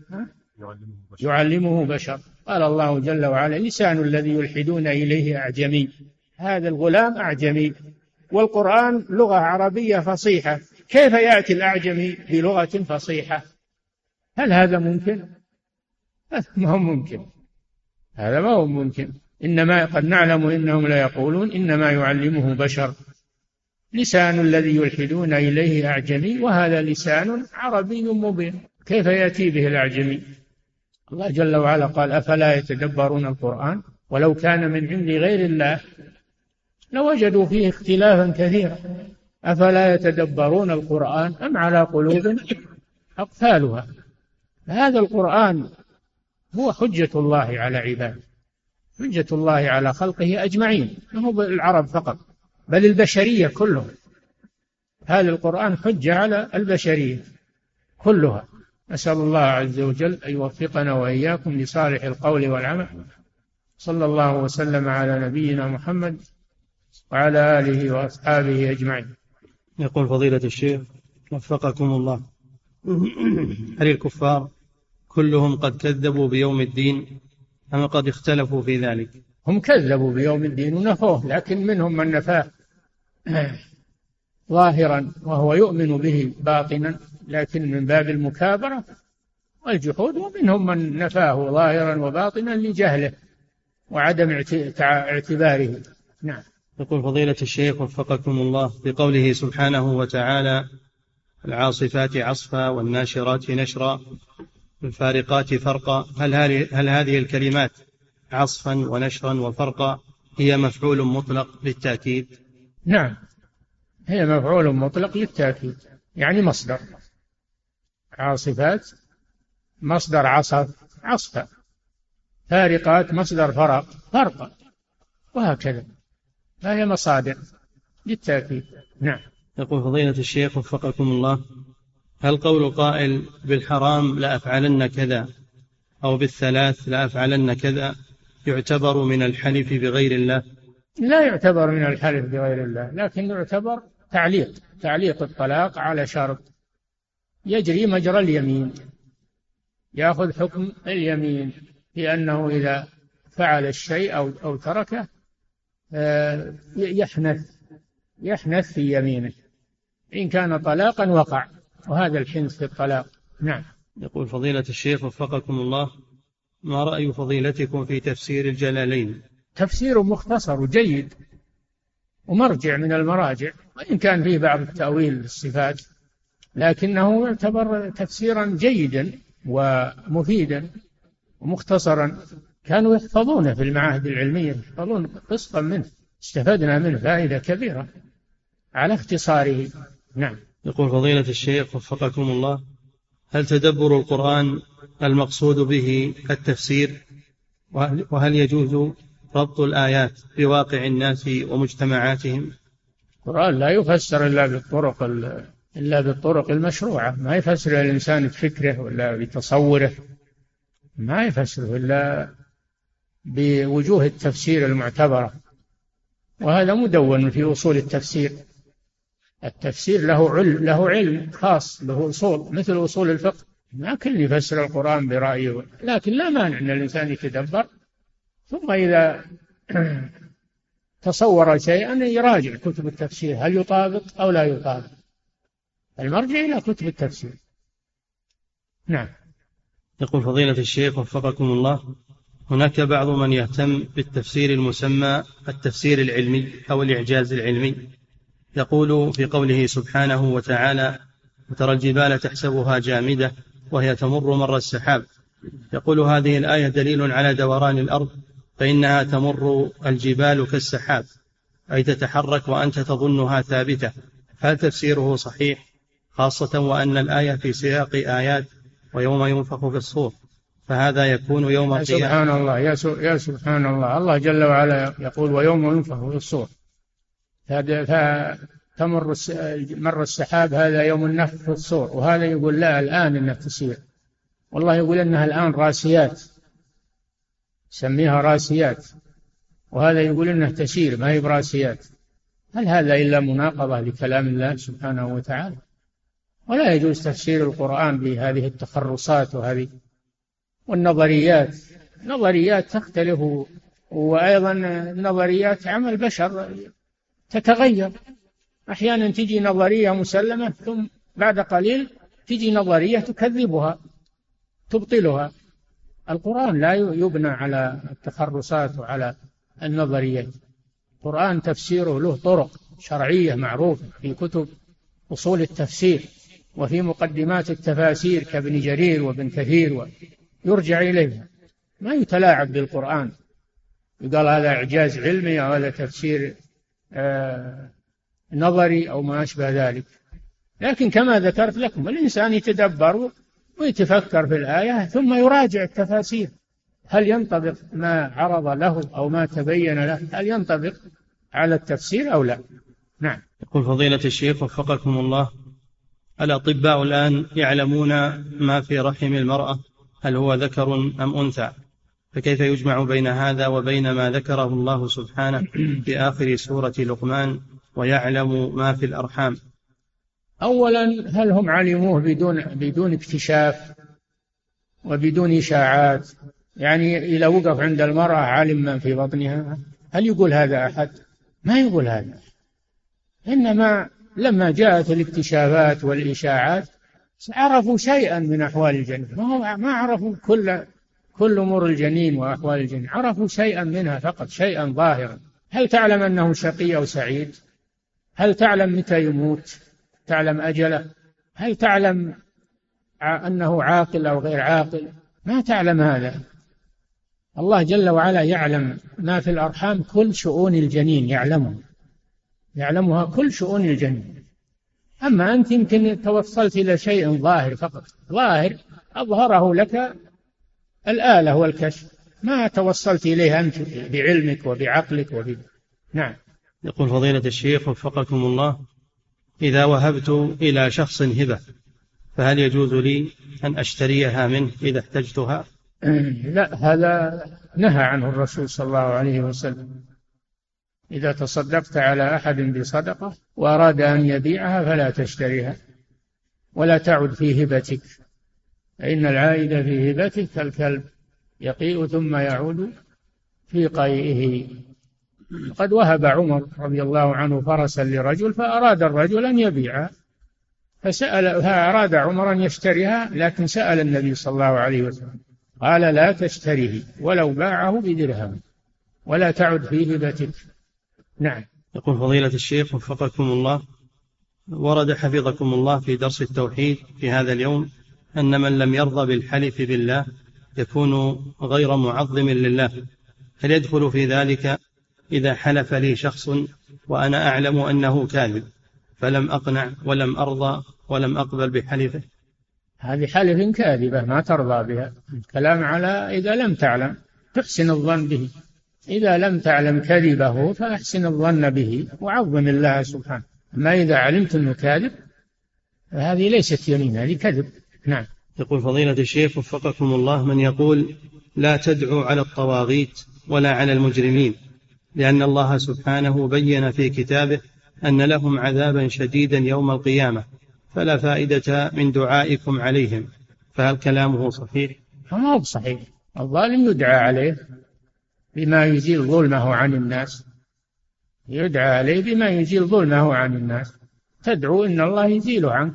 يعلمه بشر. قال الله جل وعلا لسان الذي يلحدون إليه أعجمي، هذا الغلام أعجمي والقرآن لغة عربية فصيحة، كيف يأتي الأعجمي بلغة فصيحة؟ هل هذا ممكن؟ ما هو ممكن، هذا ما هو ممكن. إنما قد نعلم إنهم لا يقولون إنما يعلمه بشر، لسان الذي يلحدون إليه أعجمي وهذا لسان عربي مبين، كيف يأتي به الأعجمي؟ الله جل وعلا قال أفلا يتدبرون القرآن ولو كان من عند غير الله لوجدوا فيه اختلافا كثيرا. أفلا يتدبرون القرآن أم على قلوب أقفالها. هذا القرآن هو حجة الله على عباده، حجة الله على خلقه أجمعين، ما هو العرب فقط بل البشرية كلهم. هذا القرآن حجة على البشرية كلها. أسأل الله عز وجل أن يوفقنا وإياكم لصالح القول والعمل. صلى الله وسلم على نبينا محمد وعلى آله وأصحابه أجمعين. يقول فضيلة الشيخ وفقكم الله، هل الكفار كلهم قد كذبوا بيوم الدين أم قد اختلفوا في ذلك؟ هم كذبوا بيوم الدين ونفوه، لكن منهم من نفاه ظاهرا وهو يؤمن به باطنا لكن من باب المكابرة والجحود، ومنهم من نفاه ظاهرا وباطنا لجهله وعدم اعتباره. نعم. يقول فضيلة الشيخ وفقكم الله بقوله سبحانه وتعالى العاصفات عصفا والناشرات نشرا الفارقات فرقا، هل هذه هل هذه الكلمات عصفا ونشرا وفرقا هي مفعول مطلق للتأكيد؟ نعم، هي مفعول مطلق للتأكيد، يعني مصدر. عاصفات مصدر عصف عصفا، فارقات مصدر فرق فرقا، وهكذا، فهي مصادر للتأكيد. نعم. يقول فضيلة الشيخ وفقكم الله، هل قول قائل بالحرام لأفعلن كذا أو بالثلاث لأفعلن كذا يعتبر من الحلف بغير الله؟ لا يعتبر من الحلف بغير الله، لكن يعتبر تعليق تعليق الطلاق على شرط، يجري مجرى اليمين، يأخذ حكم اليمين بأنه إذا فعل الشيء أو أو تركه يحنث يحنث في يمينه، إن كان طلاقا وقع، وهذا الحنث في الطلاق. نعم. يقول فضيلة الشيخ وفقكم الله، ما رأي فضيلتكم في تفسير الجلالين؟ تفسير مختصر جيد ومرجع من المراجع، وإن كان فيه بعض التأويل للصفات، لكنه يعتبر تفسيرا جيدا ومفيدا ومختصرا، كانوا يحفظونه في المعاهد العلمية، يحفظون قسطا منه، استفدنا منه فائدة كبيرة على اختصاره. نعم. يقول فضيلة الشيخ وفقكم الله: هل تدبر القرآن المقصود به التفسير؟ وهل يجوز ربط الآيات بواقع الناس ومجتمعاتهم؟ القرآن لا يفسر إلا بالطرق إلا بالطرق المشروعة، ما يفسر الإنسان بفكره ولا بتصوره، ما يفسره إلا بوجوه التفسير المعتبرة، وهذا مدون في أصول التفسير. التفسير له علم له علم خاص، له أصول مثل أصول الفقه، ما كل يفسر القرآن برأيه، لكن لا مانع أن الإنسان يتدبر، ثم إذا تصور شيئا يراجع كتب التفسير هل يطابق أو لا يطابق، المرجع إلى كتب التفسير. نعم. يقول فضيلة الشيخ وفقكم الله: هناك بعض من يهتم بالتفسير المسمى التفسير العلمي أو الإعجاز العلمي، يقول في قوله سبحانه وتعالى: وترى الجبال تحسبها جامدة وهي تمر مر السحاب، يقول هذه الآية دليل على دوران الأرض، فإنها تمر الجبال كالسحاب، أي تتحرك وأنت تظنها ثابتة، هل تفسيره صحيح؟ خاصة وأن الآية في سياق آيات ويوم ينفخ في الصور، فهذا يكون يوم القيامة. سبحان الله، يا, يا سبحان الله، الله جل وعلا يقول ويوم ينفخ في الصور، فتمر مر السحاب، هذا يوم النفخ في الصور، وهذا يقول لا الآن إنها تسير، والله يقول إنها الآن راسيات، سميها راسيات، وهذا يقول إنها تسير ما هي براسيات. هل هذا إلا مناقضة لكلام الله سبحانه وتعالى؟ ولا يجوز تفسير القرآن بهذه التخرصات وهذه والنظريات. نظريات تختلف، وأيضا النظريات عمل بشر تتغير، أحيانا تجي نظرية مسلمة ثم بعد قليل تجي نظرية تكذبها تبطلها. القرآن لا يبنى على التخرصات وعلى النظريات، القرآن تفسيره له طرق شرعية معروفة في كتب أصول التفسير وفي مقدمات التفاسير كابن جرير وابن كثير، ويرجع إليها، ما يتلاعب بالقرآن يقال هذا إعجاز علمي أو هذا تفسير آه نظري أو ما أشبه ذلك. لكن كما ذكرت لكم الإنسان يتدبر ويتفكر في الآية ثم يراجع التفاسير، هل ينطبق ما عرض له أو ما تبين له، هل ينطبق على التفسير أو لا. نعم. يقول فضيلة الشيخ وفقكم الله: الأطباء الآن يعلمون ما في رحم المرأة هل هو ذكر أم أنثى، فكيف يجمع بين هذا وبين ما ذكره الله سبحانه في آخر سورة لقمان: ويعلم ما في الأرحام؟ أولا، هل هم علموه بدون بدون اكتشاف وبدون إشاعات؟ يعني إذا وقف عند المرأة علم من في بطنها، هل يقول هذا أحد؟ ما يقول هذا. إنما لما جاءت الاكتشافات والإشاعات عرفوا شيئا من أحوال الجنين، ما ما عرفوا كل كل أمور الجنين وأحوال الجنين، عرفوا شيئا منها فقط، شيئا ظاهرا. هل تعلم أنه شقي أو سعيد؟ هل تعلم متى يموت؟ تعلم أجله؟ هل تعلم أنه عاقل أو غير عاقل؟ ما تعلم هذا. الله جل وعلا يعلم ما في الأرحام، كل شؤون الجنين يعلمها يعلمها كل شؤون الجنين. أما أنت يمكن توصلت إلى شيء ظاهر فقط، ظاهر أظهره لك الآلة والكشف، ما توصلت إليه أنت بعلمك وبعقلك وب... نعم. يقول فضيلة الشيخ وفقكم الله: إذا وهبت إلى شخص هبة فهل يجوز لي أن أشتريها منه إذا احتجتها؟ لا، هذا نهى عنه الرسول صلى الله عليه وسلم. إذا تصدقت على أحد بصدقة وأراد أن يبيعها فلا تشتريها ولا تعد في هبتك، فإن العائد في هبتك كالكلب يقيء ثم يعود في قيئه. قد وهب عمر رضي الله عنه فرسا لرجل، فأراد الرجل أن يبيعها، فسأل فأراد عمر أن يشتريها، لكن سأل النبي صلى الله عليه وسلم قال: لا تشتريه ولو باعه بدرهم ولا تعد في هبتك. نعم. يقول فضيلة الشيخ وفقكم الله: ورد حفظكم الله في درس التوحيد في هذا اليوم أن من لم يرضى بالحلف بالله يكون غير معظم لله، هل يدخل في ذلك إذا حلف لي شخص وأنا أعلم أنه كاذب فلم أقنع ولم أرضى ولم أقبل بحلفه؟ هذه حلف كاذبة ما ترضى بها. الكلام على إذا لم تعلم، تحسن الظن به. إذا لم تعلم كذبه فأحسن الظن به وعظم الله سبحانه. أما إذا علمت أنه كاذب هذه ليست يمين، هذه كذب. نعم. يقول فضيلة الشيخ وفقكم الله: من يقول لا تدعوا على الطواغيت ولا على المجرمين لأن الله سبحانه بين في كتابه أن لهم عذابا شديدا يوم القيامة فلا فائدة من دعائكم عليهم، فهل كلامه صحيح؟ ما هو صحيح. الظالم يدعى عليه بما يزيل ظلمه عن الناس، يدعى عليه بما يزيل ظلمه عن الناس. تدعو إن الله يزيله عنك،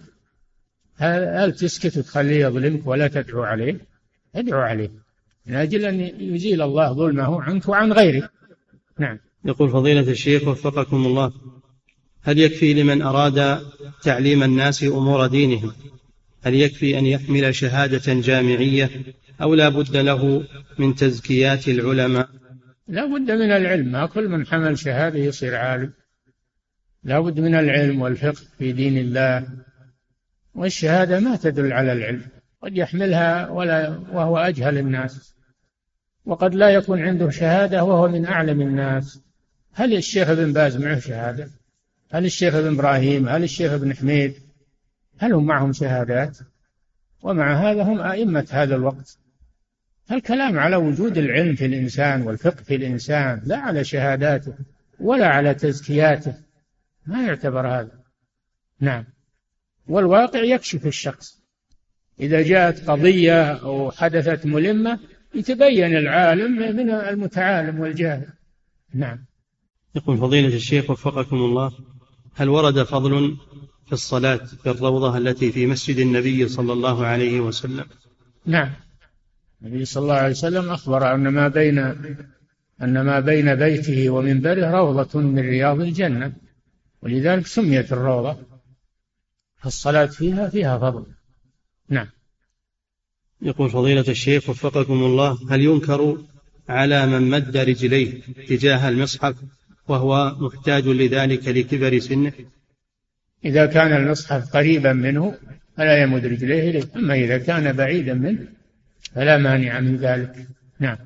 هل تسكت وتخليه يظلمك ولا تدعو عليه؟ ادعو عليه من أجل أن يزيل الله ظلمه عنك وعن غيرك. نعم. يقول فضيلة الشيخ وفقكم الله: هل يكفي لمن أراد تعليم الناس أمور دينهم، هل يكفي أن يحمل شهادة جامعية أو لا بد له من تزكيات العلماء؟ لا بد من العلم، ما كل من حمل شهادة يصير عالم. لا بد من العلم والفقه في دين الله، والشهادة ما تدل على العلم، قد يحملها ولا وهو أجهل الناس، وقد لا يكون عنده شهادة وهو من أعلم الناس. هل الشيخ ابن باز معه شهادة؟ هل الشيخ ابن إبراهيم؟ هل الشيخ ابن حميد؟ هل هم معهم شهادات؟ ومع هذا هم أئمة هذا الوقت. الكلام على وجود العلم في الإنسان والفقه في الإنسان، لا على شهاداته ولا على تزكياته، ما يعتبر هذا. نعم. والواقع يكشف الشخص، إذا جاءت قضية أو حدثت ملمة يتبين العالم من المتعالم والجاهل. نعم. يقول فضيلة الشيخ وفقكم الله: هل ورد فضل في الصلاة في الروضة التي في مسجد النبي صلى الله عليه وسلم؟ نعم. النبي صلى الله عليه وسلم أخبر أن ما بين أن ما بين بيته ومنبره روضة من رياض الجنة، ولذلك سميت الروضة، فالصلاة فيها فيها فضل. نعم. يقول فضيلة الشيخ وفقكم الله: هل ينكر على من مد رجليه تجاه المصحف وهو محتاج لذلك لكبر سنه؟ إذا كان المصحف قريبا منه فلا يمد رجليه إليه، أما إذا كان بعيدا منه فلا مانع من ذلك. نعم.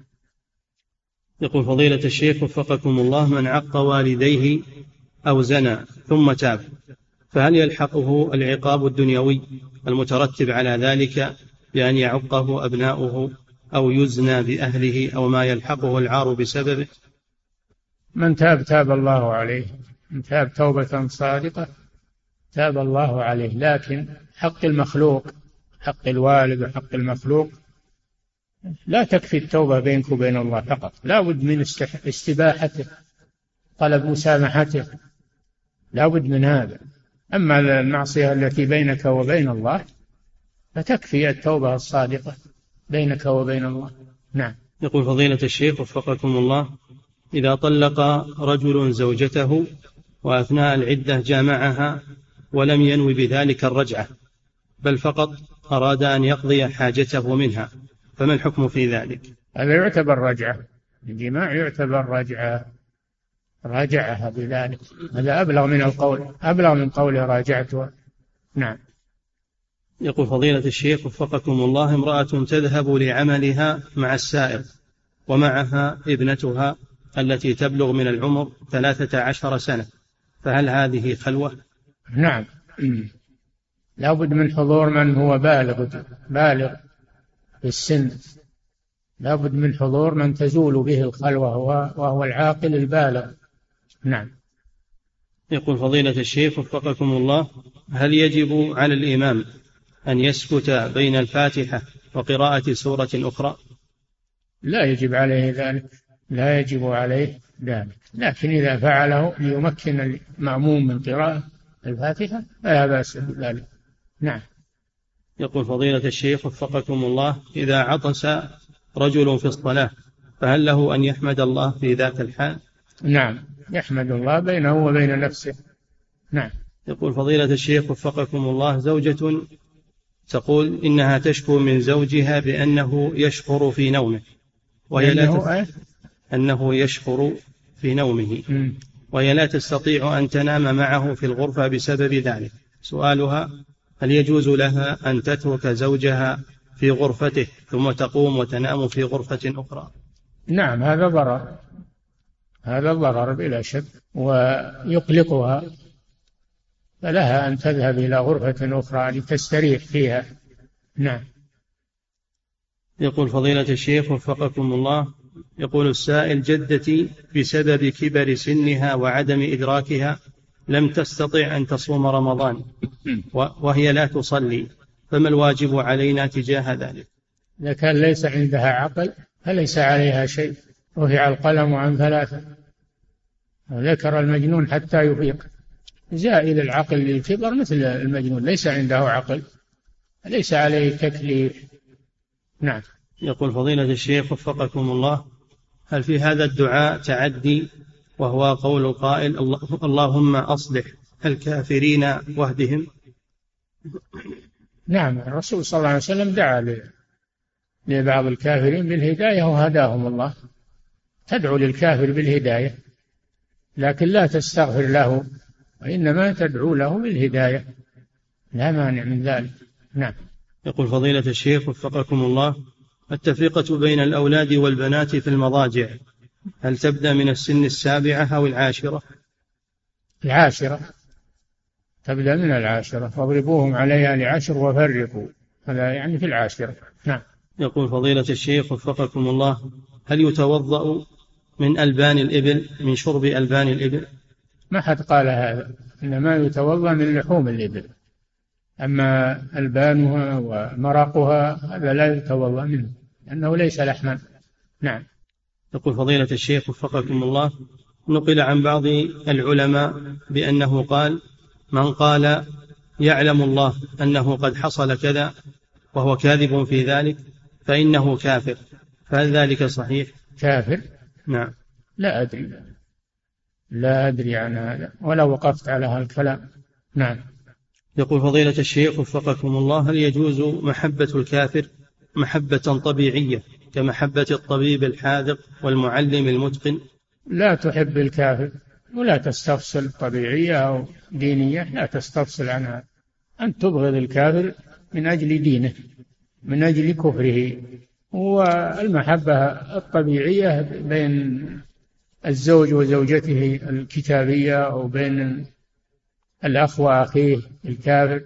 يقول فضيلة الشيخ وفقكم الله: من عق والديه أو زنى ثم تاب فهل يلحقه العقاب الدنيوي المترتب على ذلك بأن يعقه أبناؤه أو يزنى بأهله أو ما يلحقه العار بسببه؟ من تاب تاب الله عليه، من تاب توبة صادقة تاب الله عليه، لكن حق المخلوق، حق الوالد وحق المخلوق لا تكفي التوبة بينك وبين الله فقط، لا بد من استباحته، طلب مسامحته، لا بد من هذا. أما المعصية التي بينك وبين الله فتكفي التوبة الصادقة بينك وبين الله. نعم. يقول فضيلة الشيخ وفقكم الله: إذا طلق رجل زوجته وأثناء العدة جامعها ولم ينوي بذلك الرجعة بل فقط أراد أن يقضي حاجته منها، فما الحكم في ذلك؟ هذا يعتبر رجعة، الجماع يعتبر رجعة، راجعها بذلك، هذا أبلغ من القول، أبلغ من قول راجعتها. نعم. يقول فضيلة الشيخ وفقكم الله: امرأة تذهب لعملها مع السائق ومعها ابنتها التي تبلغ من العمر ثلاثة عشر سنة، فهل هذه خلوة؟ نعم، لا بد من حضور من هو بالغ بالغ في السن، لا بد من حضور من تزول به الخلوة وهو العاقل البالغ. نعم. يقول فضيلة الشيخ وفقكم الله: هل يجب على الإمام أن يسكت بين الفاتحة وقراءة سورة أخرى؟ لا يجب عليه ذلك، لا يجب عليه ذلك، لكن إذا فعله ليمكن المأموم من قراءة الفاتحة فلا بأس بذلك. نعم. يقول فضيلة الشيخ وفقكم الله: إذا عطس رجل في الصلاة فهل له أن يحمد الله في ذات الحال؟ نعم، يحمد الله بينه وبين نفسه. نعم. يقول فضيلة الشيخ وفقكم الله: زوجة تقول إنها تشكو من زوجها بأنه يشخر في نومه، وهي لا تف... أنه يشخر في نومه وهي لا تستطيع أن تنام معه في الغرفة بسبب ذلك. سؤالها: هل يجوز لها أن تترك زوجها في غرفته ثم تقوم وتنام في غرفة أخرى؟ نعم، هذا ضرر، هذا ضرر بلا شك، ويقلقها، فلها أن تذهب إلى غرفة أخرى لتستريح فيها. نعم. يقول فضيلة الشيخ وفقكم الله، يقول السائل: جدتي بسبب كبر سنها وعدم إدراكها لم تستطع أن تصوم رمضان وهي لا تصلي، فما الواجب علينا تجاه ذلك؟ إذا كان ليس عندها عقل فليس عليها شيء، رفع القلم عن ثلاثة، ذكر المجنون حتى يفيق. زائل العقل للكبر مثل المجنون، ليس عنده عقل، ليس عليه تكليف. نعم. يقول فضيلة الشيخ وفقكم الله: هل في هذا الدعاء تعدي، وهو قول القائل: اللهم أصلح الكافرين واهدهم؟ نعم، الرسول صلى الله عليه وسلم دعا لبعض الكافرين بالهداية وهداهم الله. تدعو للكافر بالهداية لكن لا تستغفر له، وإنما تدعو له بالهداية، لا مانع من ذلك. نعم. يقول فضيلة الشيخ وفقكم الله: التفرقة بين الأولاد والبنات في المضاجع هل تبدأ من السن السابعة أو العاشرة؟ العاشرة، تبدأ من العاشرة، واضربوهم عليها لعشر وفرقوا، هذا يعني في العاشرة. نعم. يقول فضيلة الشيخ وفقكم الله: هل يتوضأ من ألبان الإبل من شرب ألبان الإبل؟ ما حد قال هذا، إنما يتوضأ من لحوم الإبل، أما ألبانها ومرقها هذا لا يتوضأ منه لأنه ليس لحما. نعم. يقول فضيلة الشيخ وفقكم الله: نقل عن بعض العلماء بأنه قال: من قال يعلم الله أنه قد حصل كذا وهو كاذب في ذلك فإنه كافر، فهل ذلك صحيح؟ كافر؟ نعم. لا أدري، لا أدري عن هذا ولا وقفت على هذا الكلام. نعم. يقول فضيلة الشيخ وفقكم الله: هل يجوز محبة الكافر محبة طبيعية كمحبة الطبيب الحاذق والمعلم المتقن؟ لا تحب الكافر ولا تستفصل طبيعية أو دينية، لا تستفصل عنها. أن تبغض الكافر من أجل دينه، من أجل كفره. والمحبة الطبيعية بين الزوج وزوجته الكتابية أو بين الأخ وأخيه الكافر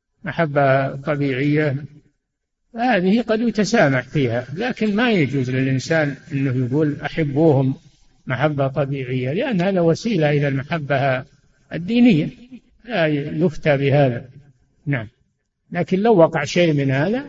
محبة طبيعية، هذه قد يتسامح فيها، لكن ما يجوز للإنسان أنه يقول أحبوهم محبة طبيعية، لأن هذا وسيلة إلى المحبة الدينية، لا يفتى بهذا. نعم. لكن لو وقع شيء من هذا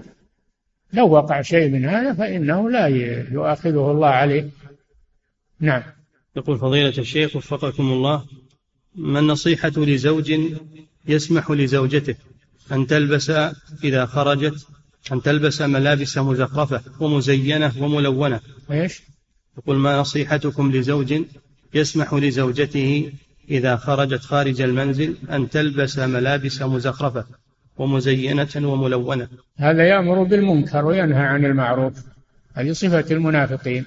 لو وقع شيء من هذا فإنه لا يؤاخذه الله عليه. نعم. يقول فضيلة الشيخ وفقكم الله: ما النصيحة لزوج يسمح لزوجته أن تلبس إذا خرجت أن تلبس ملابس مزخرفة ومزينة وملونة؟ إيش؟ يقول: ما نصيحتكم لزوج يسمح لزوجته إذا خرجت خارج المنزل أن تلبس ملابس مزخرفة ومزينة وملونة؟ هذا يأمر بالمنكر وينهى عن المعروف، هذه صفة المنافقين،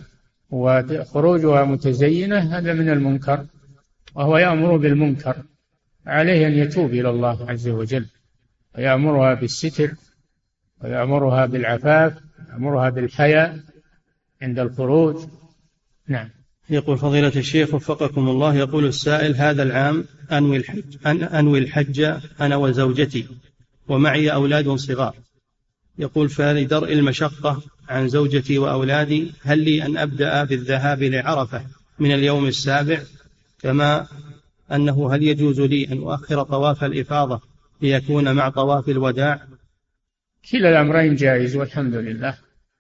وخروجها متزينة هذا من المنكر، وهو يأمر بالمنكر، عليه أن يتوب إلى الله عز وجل، ويأمرها بالستر، ويأمرها بالعفاف، ويأمرها بالحياء عند الخروج. نعم. يقول فضيلة الشيخ وفقكم الله: يقول السائل: هذا العام أنوي الحج, أنوي الحج أنا وزوجتي ومعي أولاد صغار. يقول: فلدرء المشقة عن زوجتي وأولادي هل لي أن أبدأ بالذهاب لعرفة من اليوم السابع، كما أنه هل يجوز لي أن أؤخر طواف الإفاضة ليكون مع طواف الوداع؟ كلا الأمرين جائز والحمد لله.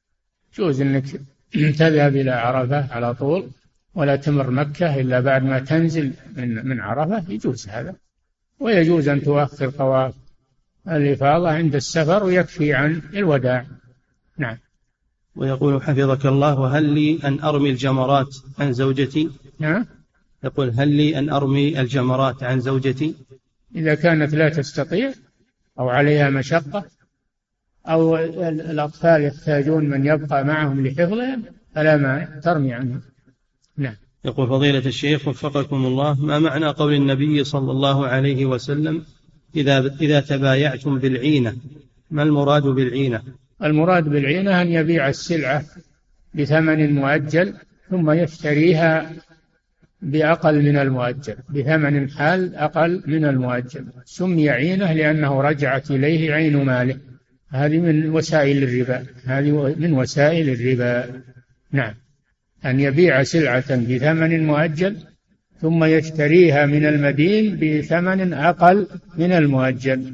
جوز أنك تذهب إلى عرفة على طول ولا تمر مكة إلا بعد ما تنزل من من عرفة، يجوز هذا، ويجوز أن تؤخر طواف الإفاضة عند السفر ويكفي عن الوداع. نعم. ويقول حفظك الله: وهل لي أن أرمي الجمرات عن زوجتي؟ نعم. يقول: هل لي أن أرمي الجمرات عن زوجتي؟ إذا كانت لا تستطيع أو عليها مشقة أو الأطفال يحتاجون من يبقى معهم لحفظهم فلا مانع ترمي عنهم. نعم. يقول فضيلة الشيخ وفقكم الله: ما معنى قول النبي صلى الله عليه وسلم إذا إذا تبايعتم بالعينة؟ ما المراد بالعينة؟ المراد بالعينة أن يبيع السلعة بثمن مؤجل ثم يشتريها بأقل من المؤجل، بثمن حال أقل من المؤجل. سمي عينة لأنه رجعت إليه عين ماله. هذه من وسائل الربا، هذه من وسائل الربا. نعم، أن يبيع سلعة بثمن مؤجل ثم يشتريها من المدين بثمن أقل من المؤجل.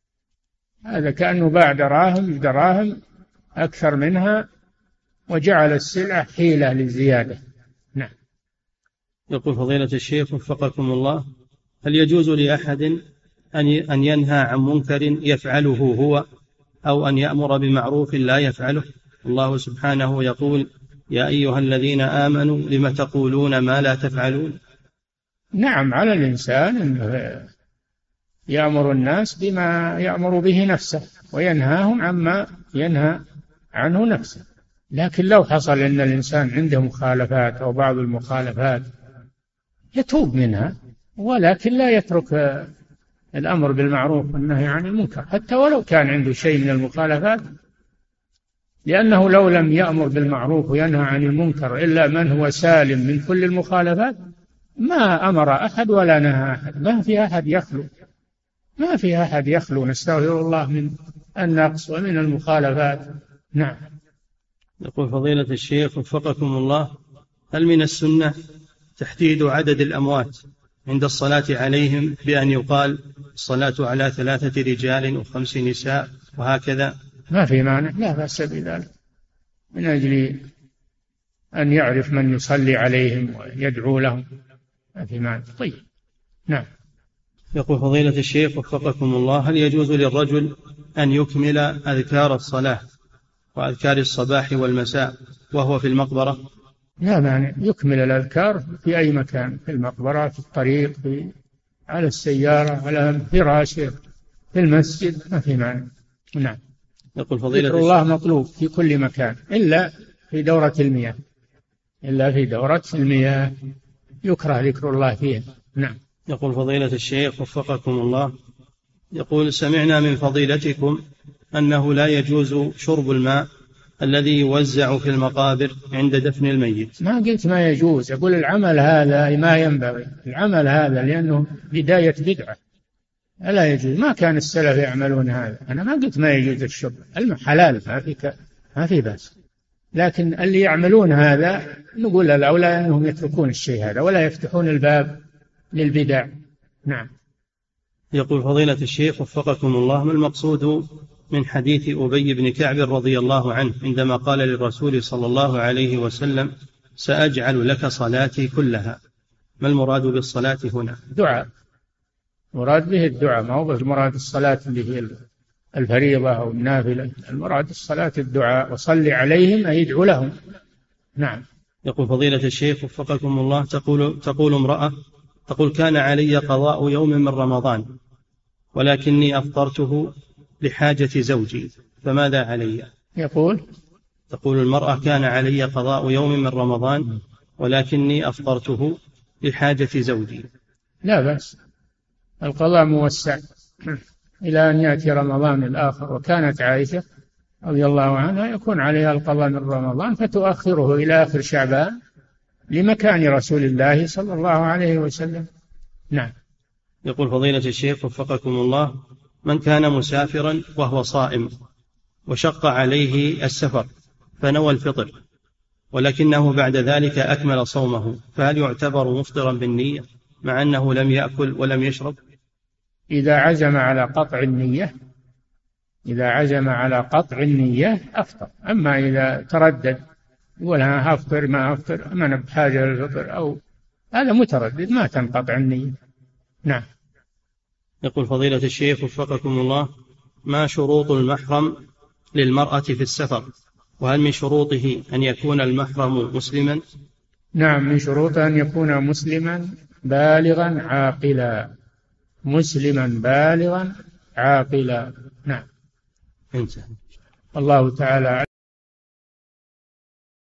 هذا كأنه باع دراهم دراهم أكثر منها وجعل السلعة حيلة للزيادة. نعم. يقول فضيلة الشيخ وفقكم الله: هل يجوز لأحد أن ينهى عن منكر يفعله هو أو أن يأمر بمعروف لا يفعله؟ الله سبحانه يقول: يا أيها الذين آمنوا لم تقولون ما لا تفعلون. نعم، على الإنسان أن يأمر الناس بما يأمر به نفسه وينهاهم عما ينهى عنه نفسه. لكن لو حصل أن الإنسان عنده مخالفات أو بعض المخالفات يتوب منها، ولكن لا يترك الأمر بالمعروف والنهي عن المنكر حتى ولو كان عنده شيء من المخالفات، لأنه لو لم يأمر بالمعروف وينهى عن المنكر إلا من هو سالم من كل المخالفات ما أمر أحد ولا نهى أحد. ما في أحد يخلو ما في أحد يخلو نستغفر الله من النقص ومن المخالفات. نعم. يقول فضيلة الشيخ وفقكم الله: هل من السنة تحديد عدد الأموات عند الصلاة عليهم بأن يقال الصلاة على ثلاثة رجال وخمس نساء وهكذا؟ ما في مانع، لا بأس بذلك، من أجل أن يعرف من يصلي عليهم ويدعو لهم، ما في مانع. طيب. نعم. يقول فضيلة الشيخ وفقكم الله: هل يجوز للرجل أن يكمل أذكار الصلاة وأذكار الصباح والمساء وهو في المقبرة؟ لا مانع، يكمل الأذكار في أي مكان، في المقبرة، في الطريق، في على السيارة، على فراشه، في المسجد، ما في مانع. نعم. يقول فضيلة ذكر الله مطلوب في كل مكان إلا في دورة المياه، إلا في دورة المياه يكره ذكر الله فيها. نعم. يقول فضيلة الشيخ وفقكم الله: يقول سمعنا من فضيلتكم أنه لا يجوز شرب الماء الذي يوزع في المقابر عند دفن الميت. ما قلت ما يجوز، أقول العمل هذا ما ينبغي، العمل هذا لأنه بداية بدعة لا يجوز، ما كان السلف يعملون هذا. أنا ما قلت ما يجوز الشرب، الماء حلال ما في ك... ما في بأس، لكن اللي يعملون هذا نقول الأولى أنهم يتركون الشيء هذا ولا يفتحون الباب للبدع. نعم. يقول فضيلة الشيخ وفقكم الله: ما المقصود من حديث أبي بن كعب رضي الله عنه عندما قال للرسول صلى الله عليه وسلم: سأجعل لك صلاتي كلها؟ ما المراد بالصلاة هنا؟ دعاء، مراد به الدعاء، ما هو المراد الصلاة اللي هي الفريضة أو النافلة، المراد الصلاة الدعاء، وصلي عليهم أي ادعو لهم. نعم. يقول فضيلة الشيخ وفقكم الله: تقول, تقول امرأة تقول كان علي قضاء يوم من رمضان ولكني أفطرته لحاجة زوجي، فماذا علي؟ يقول تقول المرأة كان علي قضاء يوم من رمضان ولكني أفطرته لحاجة زوجي. لا بأس، القضاء موسع إلى أن يأتي رمضان الآخر. وكانت عائشة رضي الله عنها يكون عليها القضاء من رمضان فتؤخره إلى آخر شعبان لمكان رسول الله صلى الله عليه وسلم. نعم. يقول فضيلة الشيخ وفقكم الله: من كان مسافرا وهو صائم وشق عليه السفر فنوى الفطر ولكنه بعد ذلك أكمل صومه، فهل يعتبر مفطرا بالنية مع أنه لم يأكل ولم يشرب؟ إذا عزم على قطع النية إذا عزم على قطع النية أفطر. أما إذا تردد يقول ها أفطر ما أفطر، أما أنا بحاجة للفطر، أو هذا متردد ما تنقطع النية. نعم. يقول فضيلة الشيخ وفقكم الله: ما شروط المحرم للمرأة في السفر؟ وهل من شروطه أن يكون المحرم مسلما؟ نعم، من شروطه أن يكون مسلما بالغا عاقلا، مسلما بالغا عاقلا. نعم. انتهى. الله تعالى